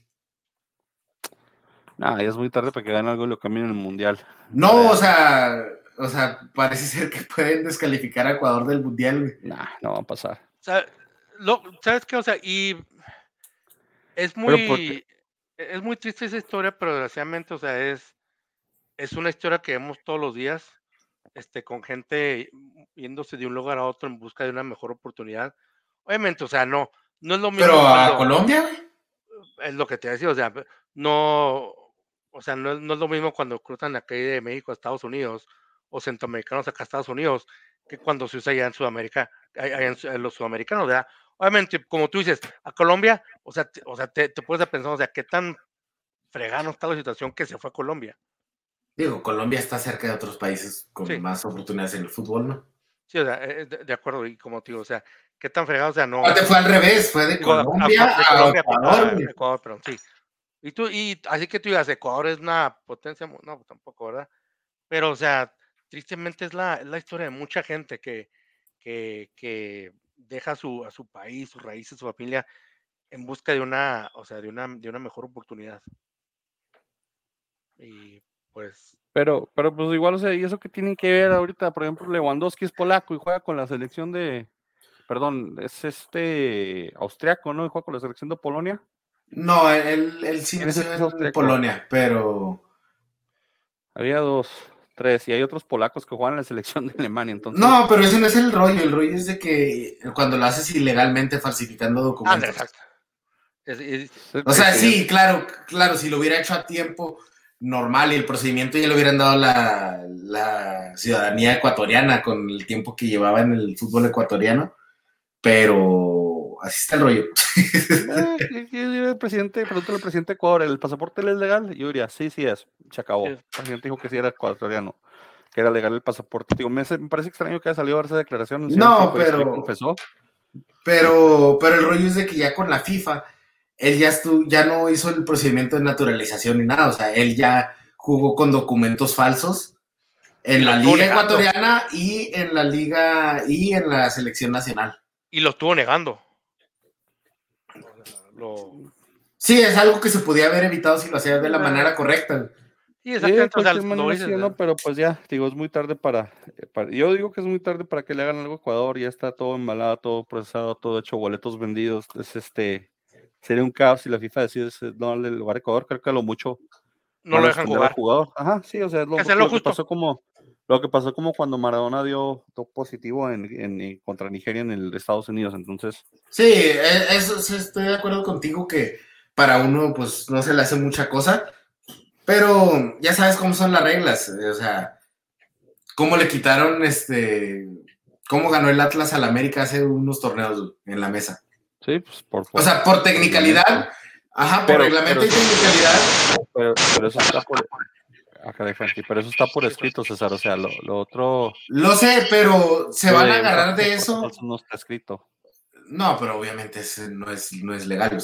Nah, ya es muy tarde para que gane algo y lo cambien en el mundial. No, o sea, o sea, parece ser que pueden descalificar a Ecuador del mundial, güey. Nah, no va a pasar. O sea, lo, ¿sabes qué? O sea, y es muy, es muy triste esa historia, pero desgraciadamente, o sea, es, es una historia que vemos todos los días, este, con gente yéndose de un lugar a otro en busca de una mejor oportunidad. Obviamente, o sea, no, no es lo mismo. Pero a cuando, Colombia, güey. Es lo que te decía, o sea, no, o sea, no, no es lo mismo cuando cruzan la calle de México a Estados Unidos o centroamericanos acá a Estados Unidos que cuando se usa allá en Sudamérica, allá en, en los sudamericanos, ¿verdad? Obviamente, como tú dices, a Colombia, o sea, te, o sea, te, te puedes pensar, o sea, qué tan fregano está la situación que se fue a Colombia. Digo, Colombia está cerca de otros países con sí. más oportunidades en el fútbol, ¿no? Sí, o sea, de, de acuerdo, y como te digo, o sea, qué tan fregado, o sea, no. Aparte fue al revés, fue de digo, Colombia a, a, de Colombia a Ecuador. A, a Ecuador, perdón, sí. Y tú, y así que tú digas, Ecuador es una potencia, no, tampoco, ¿verdad? Pero, o sea, tristemente es la, es la historia de mucha gente que, que, que deja su, a su país, sus raíces, su familia, en busca de una, o sea, de una, de una mejor oportunidad. Y pues. Pero, pero pues igual, o sea, ¿y eso qué tienen que ver ahorita? Por ejemplo, Lewandowski es polaco y juega con la selección de, perdón, es este austriaco, ¿no? Y juega con la selección de Polonia. No, él, él sí nació en Polonia, pero... Había dos, tres, y hay otros polacos que juegan en la selección de Alemania, entonces... No, pero ese no es el rollo, el rollo es de que cuando lo haces ilegalmente falsificando documentos. Ah, exacto. Es, es... O sea, sí, claro, claro, si lo hubiera hecho a tiempo normal y el procedimiento ya le hubieran dado la, la ciudadanía ecuatoriana con el tiempo que llevaba en el fútbol ecuatoriano, pero así está el rollo. Eh, el presidente, pregúntale al presidente de Ecuador, ¿el pasaporte es legal? Y yo diría, sí, sí es, se acabó. El presidente dijo que sí era ecuatoriano, que era legal el pasaporte. Digo, me, me parece extraño que haya salido a dar esa declaración. No, pero, confesó. pero pero el rollo es de que ya con la FIFA, él ya, estuvo, ya no hizo el procedimiento de naturalización ni nada, o sea, él ya jugó con documentos falsos en la liga ecuatoriana y en la liga y en la selección nacional. Y lo estuvo negando. Lo... Sí, es algo que se podía haber evitado si lo hacías de la manera correcta. Sí, exactamente. Sí, o sea, lo dices, sí, ¿no? Pero pues ya, digo, es muy tarde para, para... Yo digo que es muy tarde para que le hagan algo a Ecuador, ya está todo embalado, todo procesado, todo hecho, boletos vendidos, es este... Sería un caos si la FIFA decide no darle el lugar a Ecuador, creo que a lo mucho no lo dejan jugar. Jugador. Ajá, sí, o sea, es lo, lo, lo que pasó como lo que pasó como cuando Maradona dio top positivo en, en, en contra Nigeria en el Estados Unidos, entonces. Sí, eso estoy de acuerdo contigo que para uno pues no se le hace mucha cosa, pero ya sabes cómo son las reglas, o sea, cómo le quitaron este, cómo ganó el Atlas al América hace unos torneos en la mesa. Sí, pues por favor. O sea, por tecnicalidad, ajá, por pero, reglamento pero, y tecnicalidad. Pero, pero eso está por, acá Frankie, pero eso está por escrito, César, o sea, lo, lo otro. Lo sé, pero se van a agarrar de eso. Eso no está escrito. No, pero obviamente es, no, es, no es legal, o sea,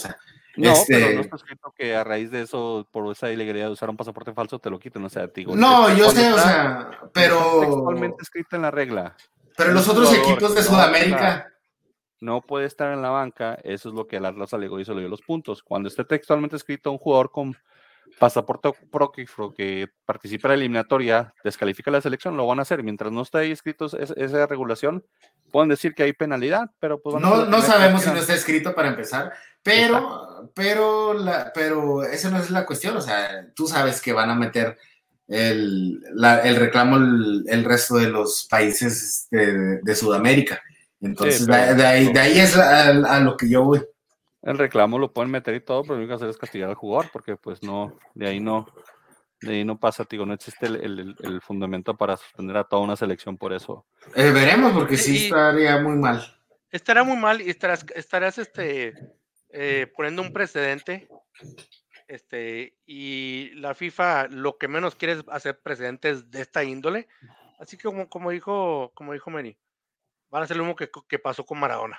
No, Este, pero no está escrito que a raíz de eso, por esa ilegalidad de usar un pasaporte falso, te lo quiten. O sea, digo, no, este, yo cuando sé, o está, sea, cuando está textualmente pero, escrito en la regla, pero un los otros jugador equipos que de no va a jugar Sudamérica, no puede estar en la banca, eso es lo que el Atlas alegó y se le dio los puntos. Cuando esté textualmente escrito un jugador con pasaporte prócrifo que participa en la eliminatoria, descalifica la selección, lo van a hacer. Mientras no esté ahí escrito es, esa regulación, pueden decir que hay penalidad, pero pues van a hacer no, la no penalidad que sabemos si no quieran. está escrito para empezar, Exacto. pero, pero, la, pero esa no es la cuestión, o sea, tú sabes que van a meter el, la, el reclamo el, el resto de los países de, de Sudamérica. Entonces, Sí, de, pero de, ahí, lo, de ahí es a, a lo que yo voy. el reclamo lo pueden meter y todo, pero lo único que hacer es castigar al jugador, porque pues no, de ahí no, de ahí no pasa, digo, no existe el, el, el fundamento para suspender a toda una selección por eso. Eh, veremos, porque sí Y estaría muy mal. estará muy mal y estarás, estarás este, eh, poniendo un precedente. Este, y la FIFA lo que menos quiere es hacer precedentes de esta índole. Así que como, como dijo, como dijo Meni, van a hacer lo mismo que, que pasó con Maradona.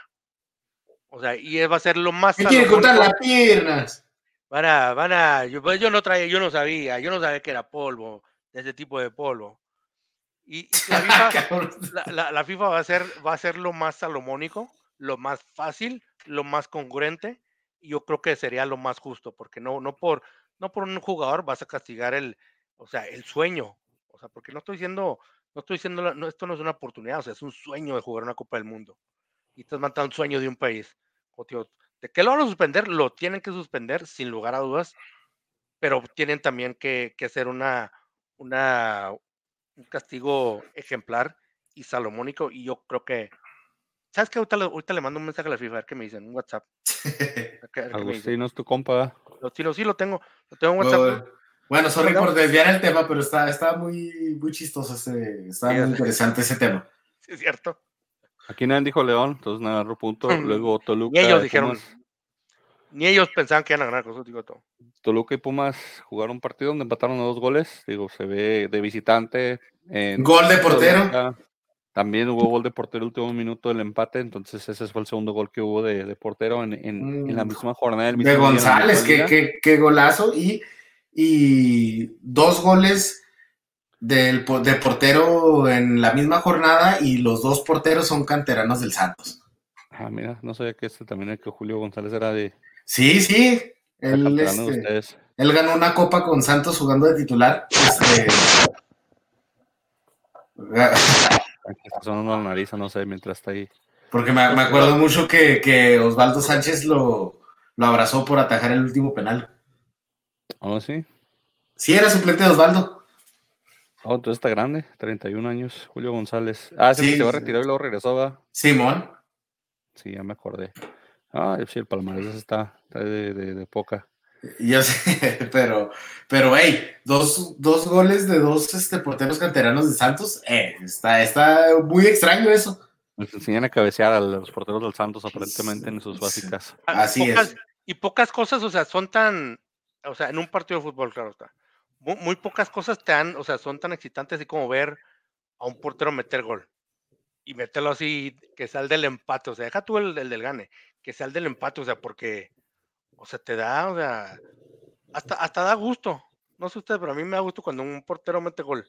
O sea, y va a ser lo más Me quiere cortar salomónico. las piernas. Van a, van a, yo, pues yo no traía, yo no sabía, yo no sabía que era polvo, de ese tipo de polvo. Y, y la FIFA, la, la, la FIFA va a ser, va a ser lo más salomónico, lo más fácil, lo más congruente, y yo creo que sería lo más justo, porque no, no por, no por un jugador vas a castigar el, o sea, el sueño. O sea, porque no estoy diciendo, no estoy diciendo, no, esto no es una oportunidad, o sea, es un sueño de jugar una Copa del Mundo. Y estás matando un sueño de un país. O, tío, ¿de qué lo van a suspender? Lo tienen que suspender, sin lugar a dudas, pero tienen también que, que hacer una, una, un castigo ejemplar y salomónico. Y yo creo que, ¿sabes qué? Ahorita le, ahorita le mando un mensaje a la FIFA, a ver qué me dicen, un WhatsApp. A ver, qué, a ver qué me dicen. Agustino es tu compa. Lo, sí, lo, sí, lo tengo, lo tengo en WhatsApp. Bueno, bueno, ¿Cómo sorry por andamos? desviar el tema, pero está, está muy, muy chistoso, ese, está Sí, muy interesante ese tema. sí, es cierto. Aquí nadie dijo León, entonces narro punto. Luego Ni ellos Toluca y dijeron, Pumas. ni ellos pensaban que iban a ganar, con eso digo todo. Toluca y Pumas jugaron un partido donde empataron a dos goles. Digo, se ve de visitante. En Gol de portero. Toluca también hubo gol de portero último minuto del empate. Entonces ese fue el segundo gol que hubo de, de portero en, en, Mm, en la misma jornada del de mismo día en la misma González, qué, liga. qué, qué golazo. Y, y dos goles del, de portero en la misma jornada y los dos porteros son canteranos del Santos. Ah, mira, no sabía que este también el que Julio González era de Sí, sí. era Él, canterano de este, ustedes. él ganó una copa con Santos jugando de titular. Este, Aquí está sonando la nariz, no sé, mientras está ahí. porque me, Los, me acuerdo los, mucho que, que Osvaldo Sánchez lo, lo abrazó por atajar el último penal. ¿Oh, sí? Sí, era suplente de Osvaldo. Oh, entonces está grande, treinta y un años, Julio González. Ah, es el que se Sí, va a retirar y luego regresó, ¿va? Simón. Sí, ya me acordé. Ah, sí, el palmarés está, está de, de, de poca. Yo sé, pero, pero, hey, dos, dos goles de dos este, porteros canteranos de Santos, eh, está, está muy extraño eso. Les enseñan a cabecear a los porteros del Santos aparentemente en sus básicas. Así pocas, es. y pocas cosas, o sea, son tan, o sea, en un partido de fútbol, claro está. Muy, muy pocas cosas te dan, o sea, son tan excitantes así como ver a un portero meter gol y meterlo así, que sea el del empate, o sea, deja tú el, el del gane, que sea el del empate, o sea, porque, o sea, te da, o sea, hasta, hasta da gusto. No sé usted, pero a mí me da gusto cuando un portero mete gol.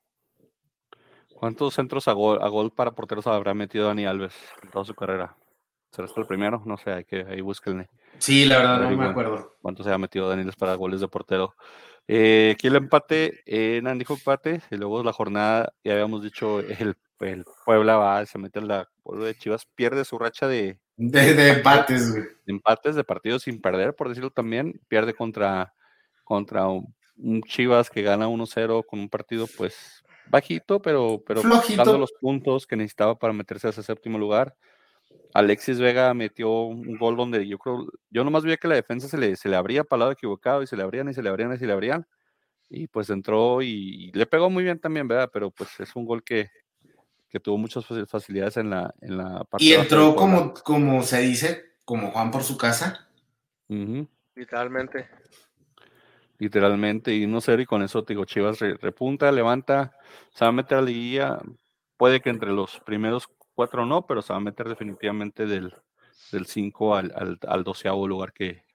¿Cuántos centros a gol, a gol para porteros habrá metido Dani Alves en toda su carrera? ¿Será este el primero? No sé, hay que ahí búsquenle. Sí, la verdad no me Averigüen acuerdo. cuántos se ha metido Dani Alves para goles de portero. Eh, aquí el empate, eh, Nan dijo empate, y luego la jornada, ya habíamos dicho, el, el Puebla va, se mete en la Puebla de Chivas, pierde su racha de, De, de de partidos, empates, güey. de empates, de partidos sin perder, por decirlo también, pierde contra, contra un, un Chivas que gana uno cero con un partido pues bajito, pero, pero dando Flojito. los puntos que necesitaba para meterse a ese séptimo lugar. Alexis Vega metió un gol donde yo creo, yo nomás veía que la defensa se le, se le abría para el lado equivocado y se le abrían y se le abrían y se le abrían. Y pues entró y, y le pegó muy bien también, ¿verdad? Pero pues es un gol que, que tuvo muchas facilidades en la, en la parte Y baja del entró Puebla. como, como se dice, como Juan por su casa. Uh-huh. Literalmente. Literalmente, y no sé, y con eso te digo, Chivas re, repunta, levanta, se va a meter a la liguilla, puede que entre los primeros cuatro no, pero se va a meter definitivamente del, del cinco al, al, al doceavo lugar que,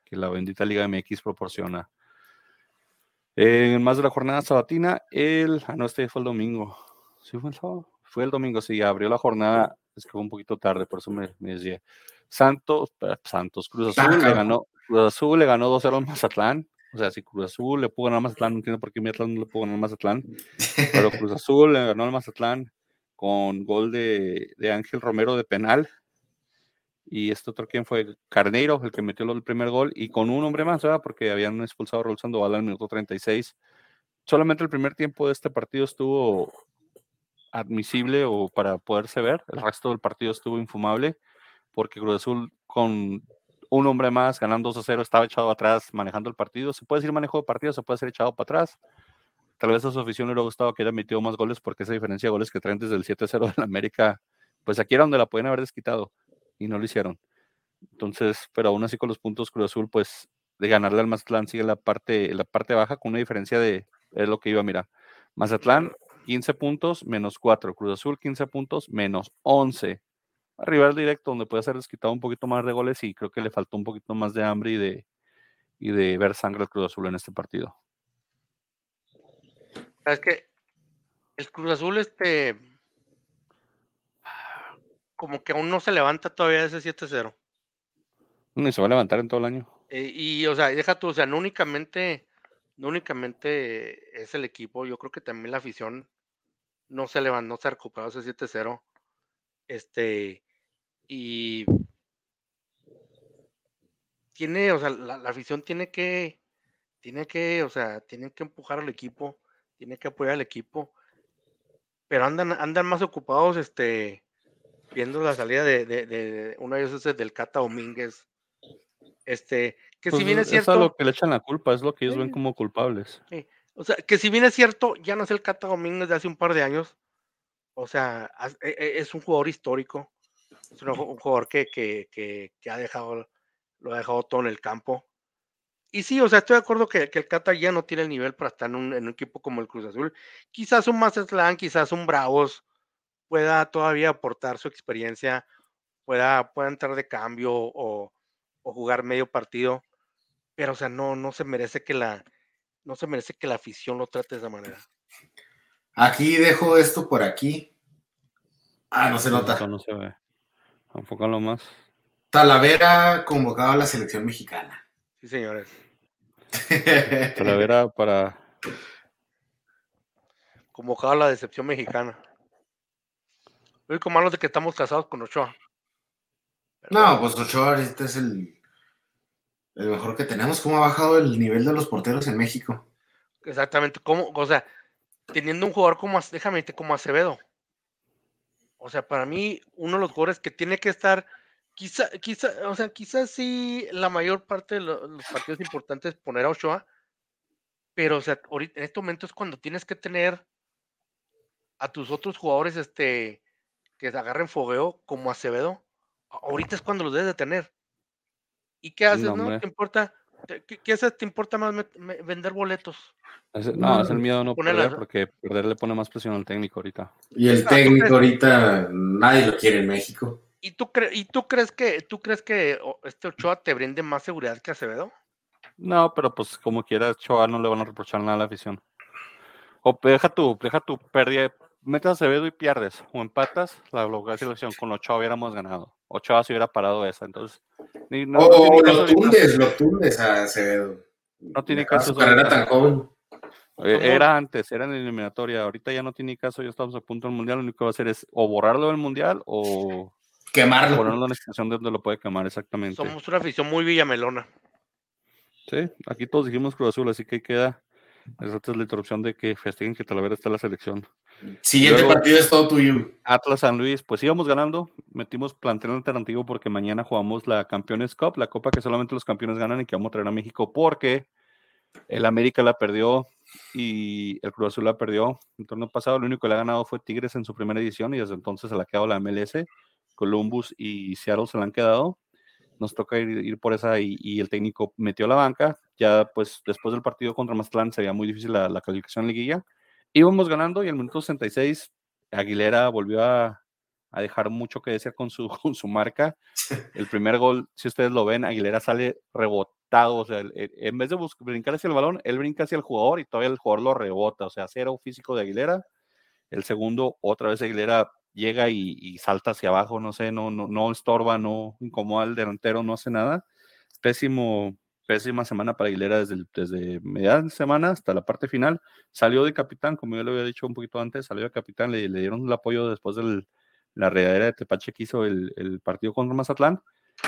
que la bendita Liga M X proporciona. En eh, más de la jornada sabatina, el, ah no, este fue el domingo, ¿sí fue el sábado? Fue el domingo, sí, abrió la jornada, es que fue un poquito tarde, por eso me, me desvié. Santos, Santos, Cruz Azul le ganó, Cruz Azul le ganó dos cero al Mazatlán, o sea, si Cruz Azul le pudo ganar al Mazatlán, no entiendo por qué Mazatlán no le pudo ganar al Mazatlán, pero Cruz Azul le ganó al Mazatlán con gol de, de Ángel Romero de penal. Y este otro, ¿quién fue? Carneiro, el que metió el primer gol, y con un hombre más, ¿verdad? Porque habían expulsado a Raúl Sandoval al minuto treinta y seis. Solamente el primer tiempo de este partido estuvo admisible o para poderse ver, el resto del partido estuvo infumable, porque Cruz Azul con un hombre más, ganando dos a cero, estaba echado atrás manejando el partido. Se puede decir manejo de partido, se puede ser echado para atrás. Tal vez a su afición le hubiera gustado que haya metido más goles, porque esa diferencia de goles que traen desde el siete a cero de la América, pues aquí era donde la pueden haber desquitado, y no lo hicieron. Entonces, pero aún así con los puntos Cruz Azul, pues de ganarle al Mazatlán sigue la parte, la parte baja con una diferencia de, es lo que iba a mirar. Mazatlán, quince puntos, menos cuatro. Cruz Azul, quince puntos, menos once. Rival directo, donde puede ser desquitado un poquito más de goles y creo que le faltó un poquito más de hambre y de, y de ver sangre al Cruz Azul en este partido. Es que el Cruz Azul, este, como que aún no se levanta todavía ese siete cero. Ni se va a levantar en todo el año. Eh, y, o sea, deja tú, o sea, no únicamente, no únicamente es el equipo, yo creo que también la afición no se levantó, no se ha recuperado ese siete cero. Este, y tiene, o sea, la, la afición tiene que, tiene que, o sea, tiene que empujar al equipo, tiene que apoyar al equipo, pero andan, andan más ocupados, este, viendo la salida de, de, de uno de ellos es del Cata Domínguez, este, que pues si bien es cierto. Es a lo que le echan la culpa, es lo que ellos sí, ven como culpables. Sí. O sea, que si bien es cierto, ya no es el Cata Domínguez de hace un par de años, o sea, es un jugador histórico, es un jugador que, que, que, que ha dejado, lo ha dejado todo en el campo. Y sí, o sea, estoy de acuerdo que, que el Cata ya no tiene el nivel para estar en un, en un equipo como el Cruz Azul. Quizás un Mazatlán, quizás un Bravos pueda todavía aportar su experiencia, pueda, pueda entrar de cambio o, o jugar medio partido, pero o sea, no, no se merece que la, no se merece que la afición lo trate de esa manera. Aquí dejo esto por aquí. Ah, no se nota. Esto no se ve. Enfócalo más. Talavera convocado a la selección mexicana. Sí, señores. Talavera para... Convocado a la decepción mexicana. Lo único malo es de que estamos casados con Ochoa. Pero no, pues Ochoa ahorita es el, el mejor que tenemos. ¿Cómo ha bajado el nivel de los porteros en México? Exactamente. ¿Cómo? O sea, teniendo un jugador como, déjame decirte, como Acevedo. O sea, para mí, uno de los jugadores que tiene que estar, quizá, quizá, o sea, quizás sí la mayor parte de los, los partidos importantes poner a Ochoa, pero, o sea, ahorita, en este momento es cuando tienes que tener a tus otros jugadores, este, que se agarren fogueo, como Acevedo. Ahorita es cuando los debes de tener. ¿Y qué haces? No, no te importa. ¿Qué, qué haces? ¿Te importa más me, me, vender boletos? Es, no, es el miedo a no Poner perder, las... porque perder le pone más presión al técnico ahorita. Y el Ah, técnico ahorita nadie lo quiere en México. ¿Y tú, cre ¿Y tú crees que tú crees que este Ochoa te brinde más seguridad que Acevedo? No, pero pues como quiera, Ochoa no le van a reprochar nada a la afición. O deja tu, deja tu pérdida, metes a Acevedo y pierdes, o empatas, la local selección con Ochoa hubiéramos ganado. Ochoa se hubiera parado esa, entonces. Ni, no, o no tiene caso lo ahorita. tundes, lo tundes a Acevedo. No tiene Dejaba caso su carrera ahorita. tan joven. Era antes, era en la eliminatoria. Ahorita ya no tiene caso, ya estamos a punto del mundial. Lo único que va a hacer es o borrarlo del mundial o quemarlo. Ponerlo en la situación de donde lo puede quemar, exactamente. Somos una afición muy villamelona. Sí, aquí todos dijimos Cruz Azul, así que queda. Esa es la interrupción de que festejen que Talavera está en la selección. Siguiente Luego, partido es todo tuyo. Atlas San Luis, pues íbamos ganando, metimos plantel alternativo porque mañana jugamos la Campeones Cup, la copa que solamente los campeones ganan y que vamos a traer a México porque el América la perdió y el Cruz Azul la perdió. El torneo pasado lo único que le ha ganado fue Tigres en su primera edición y desde entonces se la ha quedado la M L S. Columbus y Seattle se la han quedado. Nos toca ir, ir por esa y, y el técnico metió la banca. Ya pues después del partido contra Mazatlán sería muy difícil la, la calificación en liguilla. Íbamos ganando y al minuto sesenta y seis Aguilera volvió a, a dejar mucho que desear con su, con su marca. El primer gol, si ustedes lo ven, Aguilera sale rebotado, o sea, el, el, en vez de buscar, brincar hacia el balón, él brinca hacia el jugador y todavía el jugador lo rebota, o sea, cero físico de Aguilera. El segundo, otra vez Aguilera llega y, y salta hacia abajo, no sé, no, no, no estorba, no incomoda al delantero, no hace nada. Pésimo, pésima semana para Aguilera desde, desde media semana hasta la parte final. Salió de capitán, como yo le había dicho un poquito antes, salió de capitán, le, le dieron el apoyo después de la regadera de Tepache que hizo el, el partido contra Mazatlán.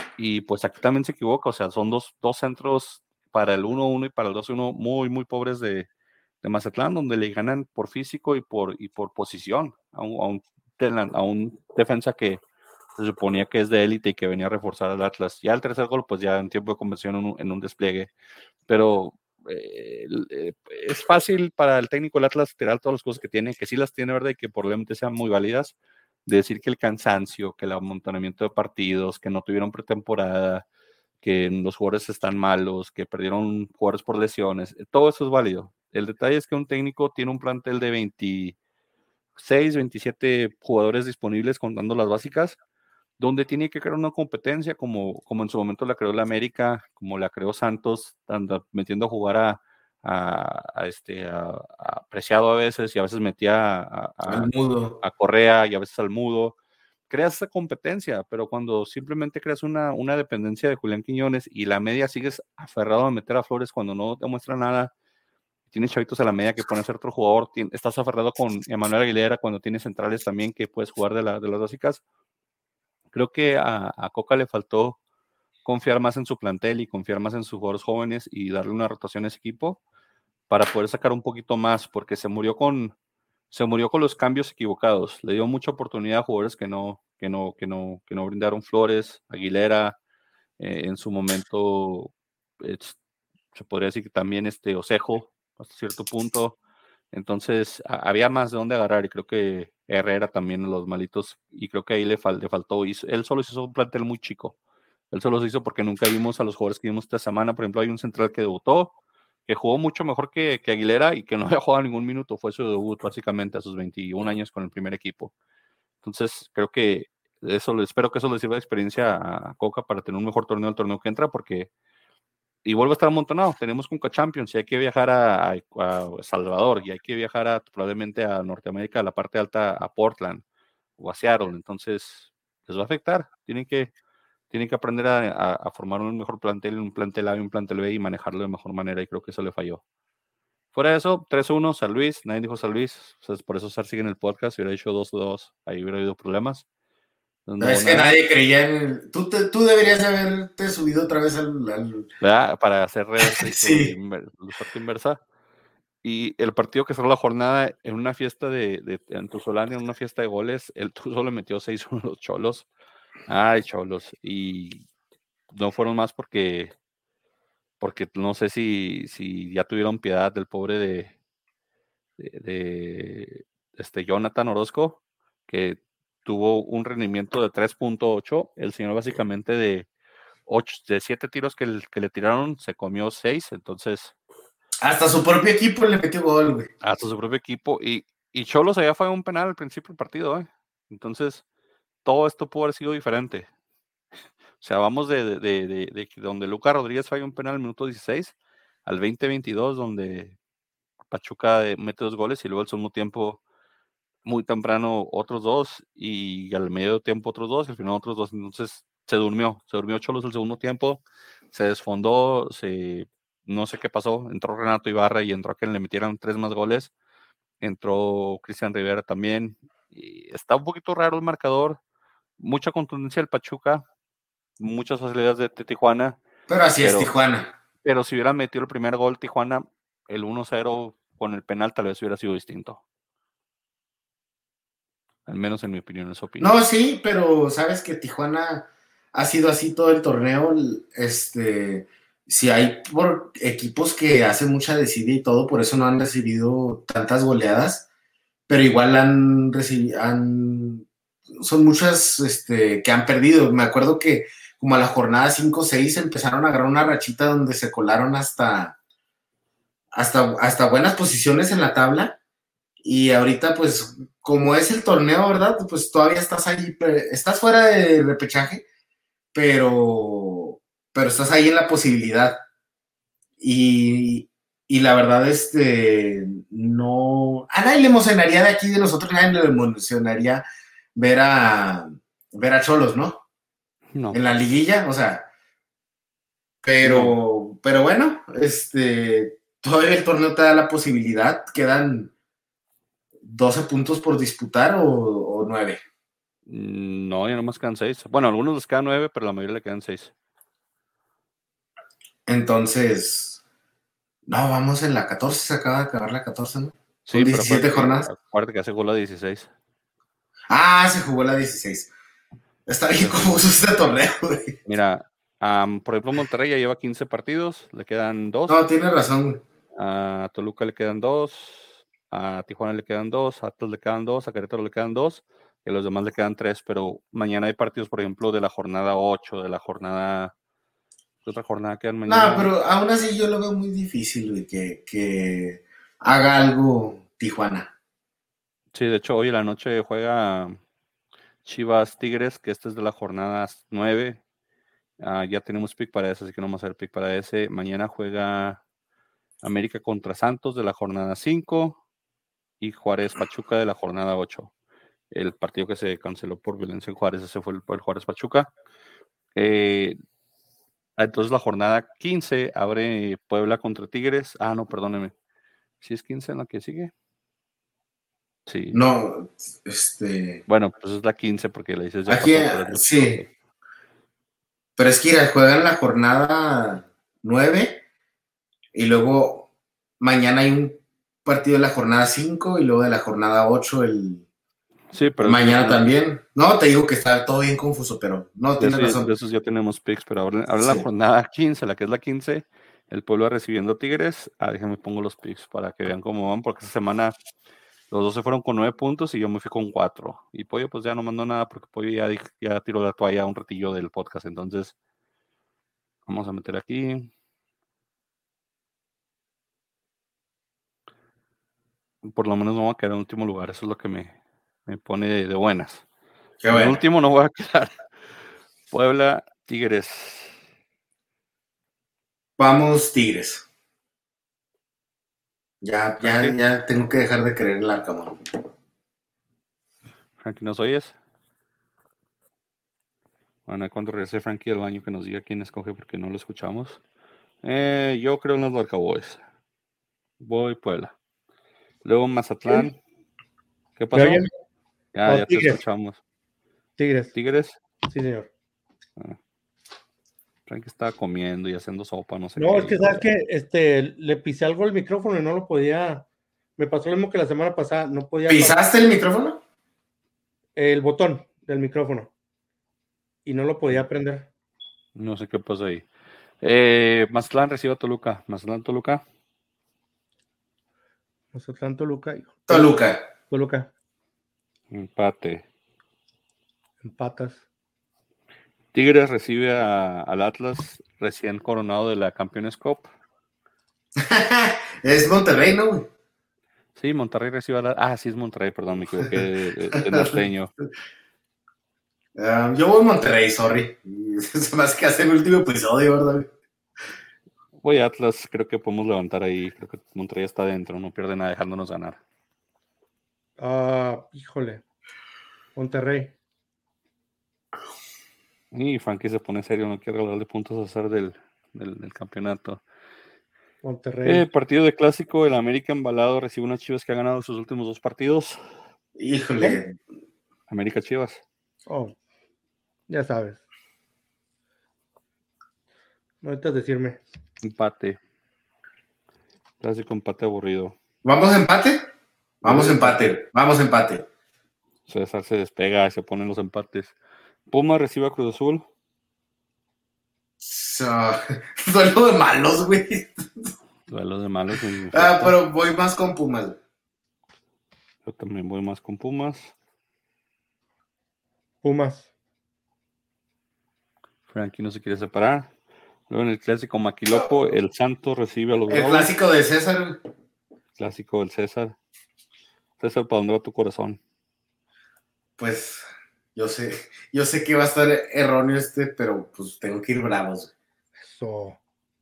Y pues aquí también se equivoca, o sea, son dos, dos centros para el uno uno y para el dos uno muy, muy pobres de, de Mazatlán, donde le ganan por físico y por, y por posición a un, a, un, a un defensa que se suponía que es de élite y que venía a reforzar al Atlas. Ya el tercer gol, pues ya en tiempo de conversión en un, en un despliegue. Pero eh, eh, es fácil para el técnico del Atlas tirar todas las cosas que tiene, que sí las tiene, ¿verdad? Y que probablemente sean muy válidas. De decir que el cansancio, que el amontonamiento de partidos, que no tuvieron pretemporada, que los jugadores están malos, que perdieron jugadores por lesiones, todo eso es válido. El detalle es que un técnico tiene un plantel de veintiséis, veintisiete jugadores disponibles contando las básicas, donde tiene que crear una competencia como, como en su momento la creó la América, como la creó Santos, anda metiendo a jugar a, a, a este, a, a Preciado a veces, y a veces metía a, a, a Correa y a veces al Mudo. Creas esa competencia, pero cuando simplemente creas una, una dependencia de Julián Quiñones y la media sigues aferrado a meter a Flores cuando no demuestra nada, tienes chavitos a la media que pone a ser otro jugador, tienes, estás aferrado con Emanuel Aguilera cuando tienes centrales también que puedes jugar de, la, de las básicas. Creo que a, a Coca le faltó confiar más en su plantel y confiar más en sus jugadores jóvenes y darle una rotación a ese equipo para poder sacar un poquito más, porque se murió con, se murió con los cambios equivocados. Le dio mucha oportunidad a jugadores que no, que no, que no, que no brindaron. Flores, Aguilera, eh, en su momento, eh, se podría decir que también este Osejo, hasta cierto punto. Entonces, a, había más de dónde agarrar y creo que Herrera también, los malitos, y creo que ahí le, fal, le faltó. Hizo, él solo hizo un plantel muy chico. Él solo se hizo porque nunca vimos a los jugadores que vimos esta semana. Por ejemplo, hay un central que debutó, que jugó mucho mejor que, que Aguilera y que no había jugado ningún minuto. Fue su debut básicamente a sus veintiún años con el primer equipo. Entonces, creo que eso, espero que eso le sirva de experiencia a Coca para tener un mejor torneo el torneo que entra, porque y vuelve a estar amontonado. Tenemos Conca Champions y hay que viajar a, a, a Salvador y hay que viajar a, probablemente a Norteamérica, a la parte alta, a Portland o a Seattle. Entonces, les va a afectar. Tienen que, tienen que aprender a, a, a formar un mejor plantel, un plantel A y un plantel B y manejarlo de mejor manera, y creo que eso le falló. Fuera de eso, tres uno, San Luis. Nadie dijo San Luis. O sea, por eso Sar sigue en el podcast. Si hubiera dicho dos dos, ahí hubiera habido problemas. No, no es que nada. Nadie creía en el... Tú, te, tú deberías de haberte subido otra vez al... al... Para hacer reversa sí. y inversa. Y el partido que cerró la jornada en una fiesta de, de en Tuzolán, en una fiesta de goles, el Tuzo le metió seis uno a los Cholos. Ay, Cholos. Y no fueron más porque porque no sé si, si ya tuvieron piedad del pobre de, de, de este Jonathan Orozco, que tuvo un rendimiento de tres punto ocho. El señor básicamente de ocho, de siete tiros que, el, que le tiraron, se comió seis. Entonces, hasta su propio equipo le metió gol, güey. Hasta su propio equipo. Y, y Cholos allá fue un penal al principio del partido, ¿eh? Entonces, todo esto pudo haber sido diferente. O sea, vamos de, de, de, de, de donde Lucas Rodríguez falla un penal al minuto dieciséis al veinte veintidós, donde Pachuca mete dos goles y luego al segundo tiempo, muy temprano, otros dos, y al medio tiempo otros dos, y al final otros dos. Entonces, se durmió. Se durmió Cholos el segundo tiempo, se desfondó, se... no sé qué pasó. Entró Renato Ibarra y entró a que le metieran tres más goles. Entró Cristian Rivera también. Y está un poquito raro el marcador. Mucha contundencia del Pachuca. Muchas facilidades de, de Tijuana. Pero así pero, es Tijuana. Pero si hubiera metido el primer gol Tijuana, el uno cero con el penal tal vez hubiera sido distinto. Al menos en mi opinión, es opinión. No, sí, pero sabes que Tijuana ha sido así todo el torneo. Este, si hay por equipos que hacen mucha desidia y todo, por eso no han recibido tantas goleadas, pero igual han recibido, han, son muchas este, que han perdido. Me acuerdo que como a la jornada cinco o seis empezaron a agarrar una rachita donde se colaron hasta, hasta, hasta buenas posiciones en la tabla, y ahorita pues como es el torneo, ¿verdad? Pues todavía estás ahí, estás fuera de repechaje, pero, pero estás ahí en la posibilidad. Y, y la verdad, este, no, a nadie le emocionaría de aquí, de nosotros, nadie le emocionaría ver a, ver a Cholos, ¿no? No. En la liguilla, o sea, pero, no. pero bueno, este, todavía el torneo te da la posibilidad, quedan doce puntos por disputar o, o nueve. No, ya nomás quedan seis. Bueno, a algunos les quedan nueve, pero a la mayoría le quedan seis. Entonces, no, vamos en la catorce, se acaba de acabar la catorce, ¿no? Sí, Son diecisiete pero jornadas. Acuérdate que ya se jugó la dieciséis. Ah, se jugó la dieciséis. Está bien confuso este torneo, güey. Mira, um, por ejemplo, Monterrey ya lleva quince partidos, le quedan dos. No, tienes razón. A Toluca le quedan dos, a Tijuana le quedan dos, a Atlas le quedan dos, a Querétaro le quedan dos, y a los demás le quedan tres, pero mañana hay partidos, por ejemplo, de la jornada ocho, de la jornada... ¿Qué otra jornada quedan mañana? No, pero aún así yo lo veo muy difícil, güey, que, que haga algo Tijuana. Sí, de hecho, hoy en la noche juega Chivas Tigres, que este es de la jornada nueve. Uh, ya tenemos pick para ese, así que no vamos a ver pick para ese. Mañana juega América contra Santos de la jornada cinco y Juárez Pachuca de la jornada ocho. El partido que se canceló por violencia en Juárez, ese fue el, el Juárez Pachuca. Eh, entonces la jornada quince abre Puebla contra Tigres. Ah, no, perdóneme. ¿Sí es quince en la que sigue? Sí. No, este... Bueno, pues es la quince porque le dices ya Aquí, pasó, pero sí. Pero es que ir juegan la jornada nueve y luego mañana hay un partido de la jornada cinco y luego de la jornada ocho el... Sí, pero mañana también. No, te digo que está todo bien confuso, pero no, tienes de razón. De esos ya tenemos picks, pero ahora, ahora sí. La jornada quince, la que es la quince, el Puebla recibiendo Tigres. Ah, déjenme pongo los picks para que vean cómo van, porque esta semana los dos se fueron con nueve puntos y yo me fui con cuatro. Y Pollo pues ya no mandó nada porque Pollo ya, ya tiró la toalla un ratillo del podcast. Entonces, vamos a meter aquí. Por lo menos no voy a quedar en último lugar. Eso es lo que me, me pone de, de buenas. Qué en bueno. el último no voy a quedar. Puebla, Tigres. Vamos, Tigres. Ya, ya, ¿Frankie? Ya tengo que dejar de creer en el Arcamón. Frankie, ¿nos oyes? Bueno, cuando regrese Frankie al baño que nos diga quién escoge porque no lo escuchamos. Eh, yo creo en los Barcaboys. Voy Puebla. Luego Mazatlán. ¿Qué pasó? Ya, no, ya Tigres. te escuchamos. Tigres. ¿Tigres? Sí, señor. Ah. Frankie estaba comiendo y haciendo sopa, no sé no, qué. es que sabes que este, le pisé algo al micrófono y no lo podía. Me pasó lo mismo que la semana pasada. No podía. ¿Pisaste el micrófono? El botón del micrófono. Y no lo podía prender. No sé qué pasó ahí. Eh, Mazatlán recibe a Toluca. Mazatlán, Toluca. Mazatlán, Toluca. Toluca. Toluca. Empate. Empatas. Tigres recibe a, al Atlas recién coronado de la Campeones Cup. Es Monterrey, ¿no, güey? Sí, Monterrey recibe a la... Ah, sí es Monterrey, perdón, me equivoqué de, de, de norteño. Um, yo voy a Monterrey, sorry. Se me hace que hace el último episodio, ¿verdad? Voy a Atlas, creo que podemos levantar ahí. Creo que Monterrey está adentro, no pierde nada dejándonos ganar. Ah, uh, híjole. Monterrey. Y Frankie se pone serio, no quiere regalarle puntos a hacer del, del, del campeonato. Monterrey. Eh, partido de clásico, el América embalado recibe unas Chivas que ha ganado sus últimos dos partidos. Híjole. América Chivas. Oh, ya sabes. No necesitas decirme. Empate. Clásico empate aburrido. ¿Vamos a empate? Vamos a empate. Vamos a empate. César se despega y se ponen los empates. Puma recibe a Cruz Azul. So, duelo de malos, güey. Duelo de malos. Ah, pero voy más con Pumas. Yo también voy más con Pumas. Pumas. Frankie no se quiere separar. Luego en el clásico Maquiloco, el Santos recibe a los El Bravos. clásico de César. Clásico del César. César, ¿para dónde va tu corazón? Pues yo sé, yo sé que va a estar erróneo este, pero pues tengo que ir Bravos. Eso.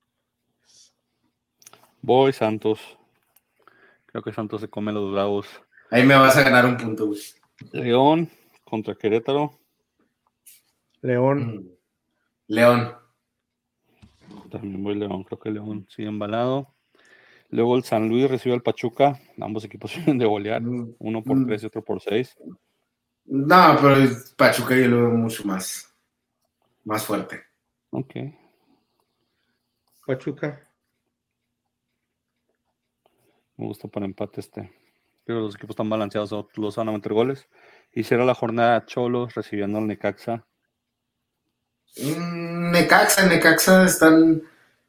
Voy Santos. Creo que Santos se come los Bravos. Ahí me vas a ganar un punto, güey. León contra Querétaro. León. Mm. León. También voy León. Creo que León sigue embalado. Luego el San Luis recibe al Pachuca. Ambos equipos vienen de golear. Mm. Uno por Mm. tres y otro por seis. No, pero el Pachuca yo lo veo mucho más, más fuerte. Ok. Pachuca. Me gusta para empate este. Creo que los equipos están balanceados, los van a meter goles. Y será la jornada Cholos recibiendo al Necaxa. Mm, Necaxa, Necaxa están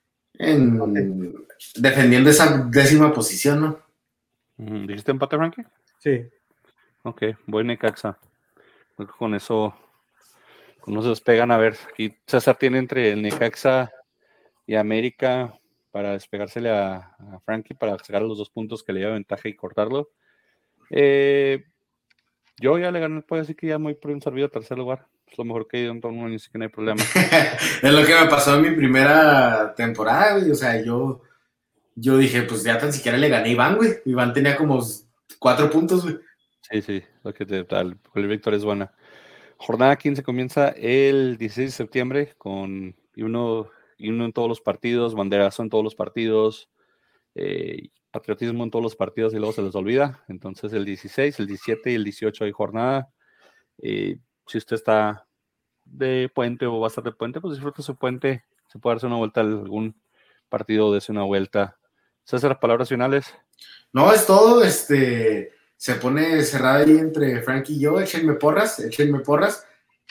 en, defendiendo esa décima posición, ¿no? Mm, ¿Dijiste empate, Frankie? Sí. Ok, voy Necaxa. Creo que con eso, con eso se despegan. A ver, aquí César tiene entre el Necaxa y América para despegársele a, a Frankie para sacar los dos puntos que le lleva ventaja y cortarlo. Eh, yo ya le gané, puedo decir que ya muy por un servido a tercer lugar. Es lo mejor que he ido en todo un año, así que no hay problema. Es lo que me pasó en mi primera temporada, güey. O sea, yo, yo dije, pues ya tan siquiera le gané a Iván, güey. Iván tenía como cuatro puntos, güey. Sí, sí, lo que te da, el victoria es buena. Jornada quince comienza el dieciséis de septiembre con y uno, y uno en todos los partidos, banderazo en todos los partidos, eh, patriotismo en todos los partidos y luego se les olvida. Entonces el dieciséis, el diecisiete y el dieciocho hay jornada. Eh, si usted está de puente o va a estar de puente, pues disfrute su puente. Se puede darse una vuelta a algún partido, dése una vuelta. César, palabras finales. No, es todo, este, se pone cerrada ahí entre Frank y yo, échenme porras, échenme porras,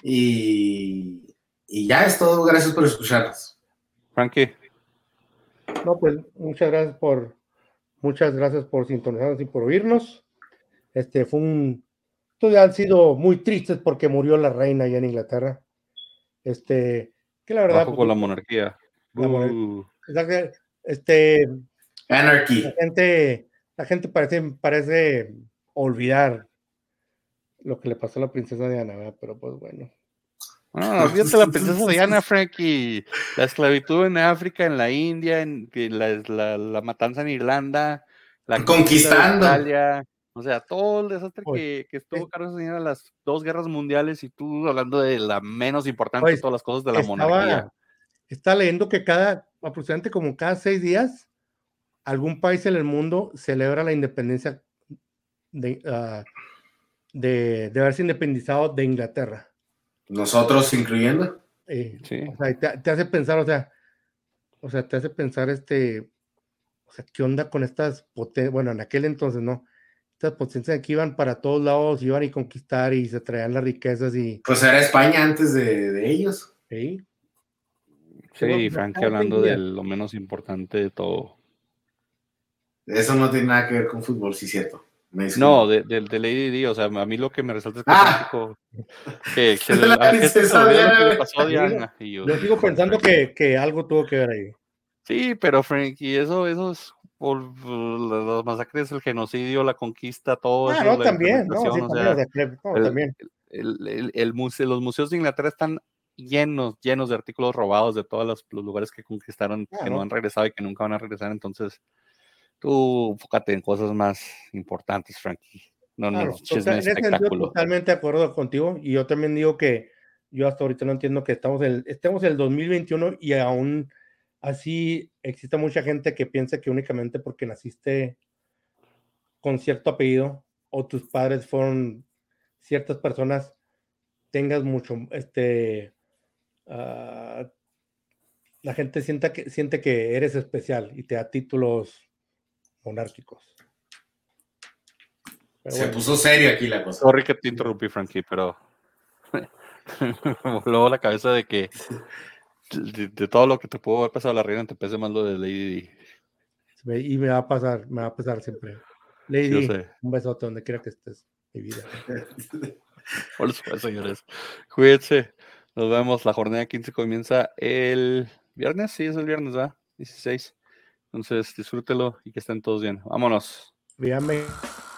y, y ya es todo, gracias por escucharnos. Frankie. No, pues muchas gracias por, muchas gracias por sintonizarnos y por oírnos. Este fue un, estos han sido muy tristes porque murió la reina allá en Inglaterra. Este, que la verdad, Bajo pues, con la monarquía. la monarquía. Uh. Este, Anarchy. La gente, la gente parece, parece olvidar lo que le pasó a la princesa Diana, ¿verdad? Pero pues bueno. No, olvídate la princesa Diana, Frankie. La esclavitud en África, en la India, en la, la, la matanza en Irlanda, la Conquistando. De Italia, o sea, todo el desastre Oye, que, que estuvo es, Carlos Señora las dos guerras mundiales y tú hablando de la menos importante oye, de todas las cosas de la estaba, monarquía. Está leyendo que cada, aproximadamente como cada seis días, algún país en el mundo celebra la independencia de, uh, de, de haberse independizado de Inglaterra. Nosotros incluyendo. Eh, Sí. O sea, te, te hace pensar, o sea, o sea, te hace pensar este, o sea, ¿qué onda con estas potencias? Bueno, en aquel entonces, ¿no? Estas potencias que iban para todos lados, iban a conquistar y se traían las riquezas y... Pues era España antes de, de ellos. ¿sí? Sí, Bueno, Frankie cada seis hablando de días. lo menos importante de todo. Eso no tiene nada que ver con fútbol, sí, cierto. No, de, de, de Lady Di, o sea, a mí lo que me resalta es que Ah. Francisco, que, que La a la gente se princesa olvida lo que Diana, le pasó a Diana. Y yo, Yo sigo híjole, pensando Frankie. que, que algo tuvo que ver ahí. Sí, pero Frankie, eso, eso es por, por las masacres, el genocidio, la conquista, todo Ah, eso, no, la también, no, implementación, sí, o también, o sea, sea, que- no, el, también. el, el, el museo, los museos de Inglaterra están llenos, llenos de artículos robados de todos los, los lugares que conquistaron, Ah, que no no. han regresado y que nunca van a regresar, entonces tú enfócate en cosas más importantes, Frankie. No, no, Claro, chisme total, de en ese sentido, espectáculo. totalmente de acuerdo contigo. Y yo también digo que yo hasta ahorita no entiendo que estamos en, estemos en el dos mil veintiuno y aún así existe mucha gente que piensa que únicamente porque naciste con cierto apellido o tus padres fueron ciertas personas, tengas mucho, este, uh, la gente sienta que, siente que eres especial y te da títulos monárquicos. Pero se bueno. puso serio aquí la cosa. Sorry que te interrumpí, Frankie, pero me voló la cabeza de que de, de todo lo que te pudo haber pasado a la reina, te pese más lo de Lady Di. Y me va a pasar, me va a pasar siempre. Lady, sí, un besote donde quiera que estés, mi vida. Por supuesto, señores. Cuídense. Nos vemos. La jornada quince comienza el viernes. Sí, es el viernes, ¿verdad? dieciséis. Entonces, disfrútelo y que estén todos bien. Vámonos. Véanme.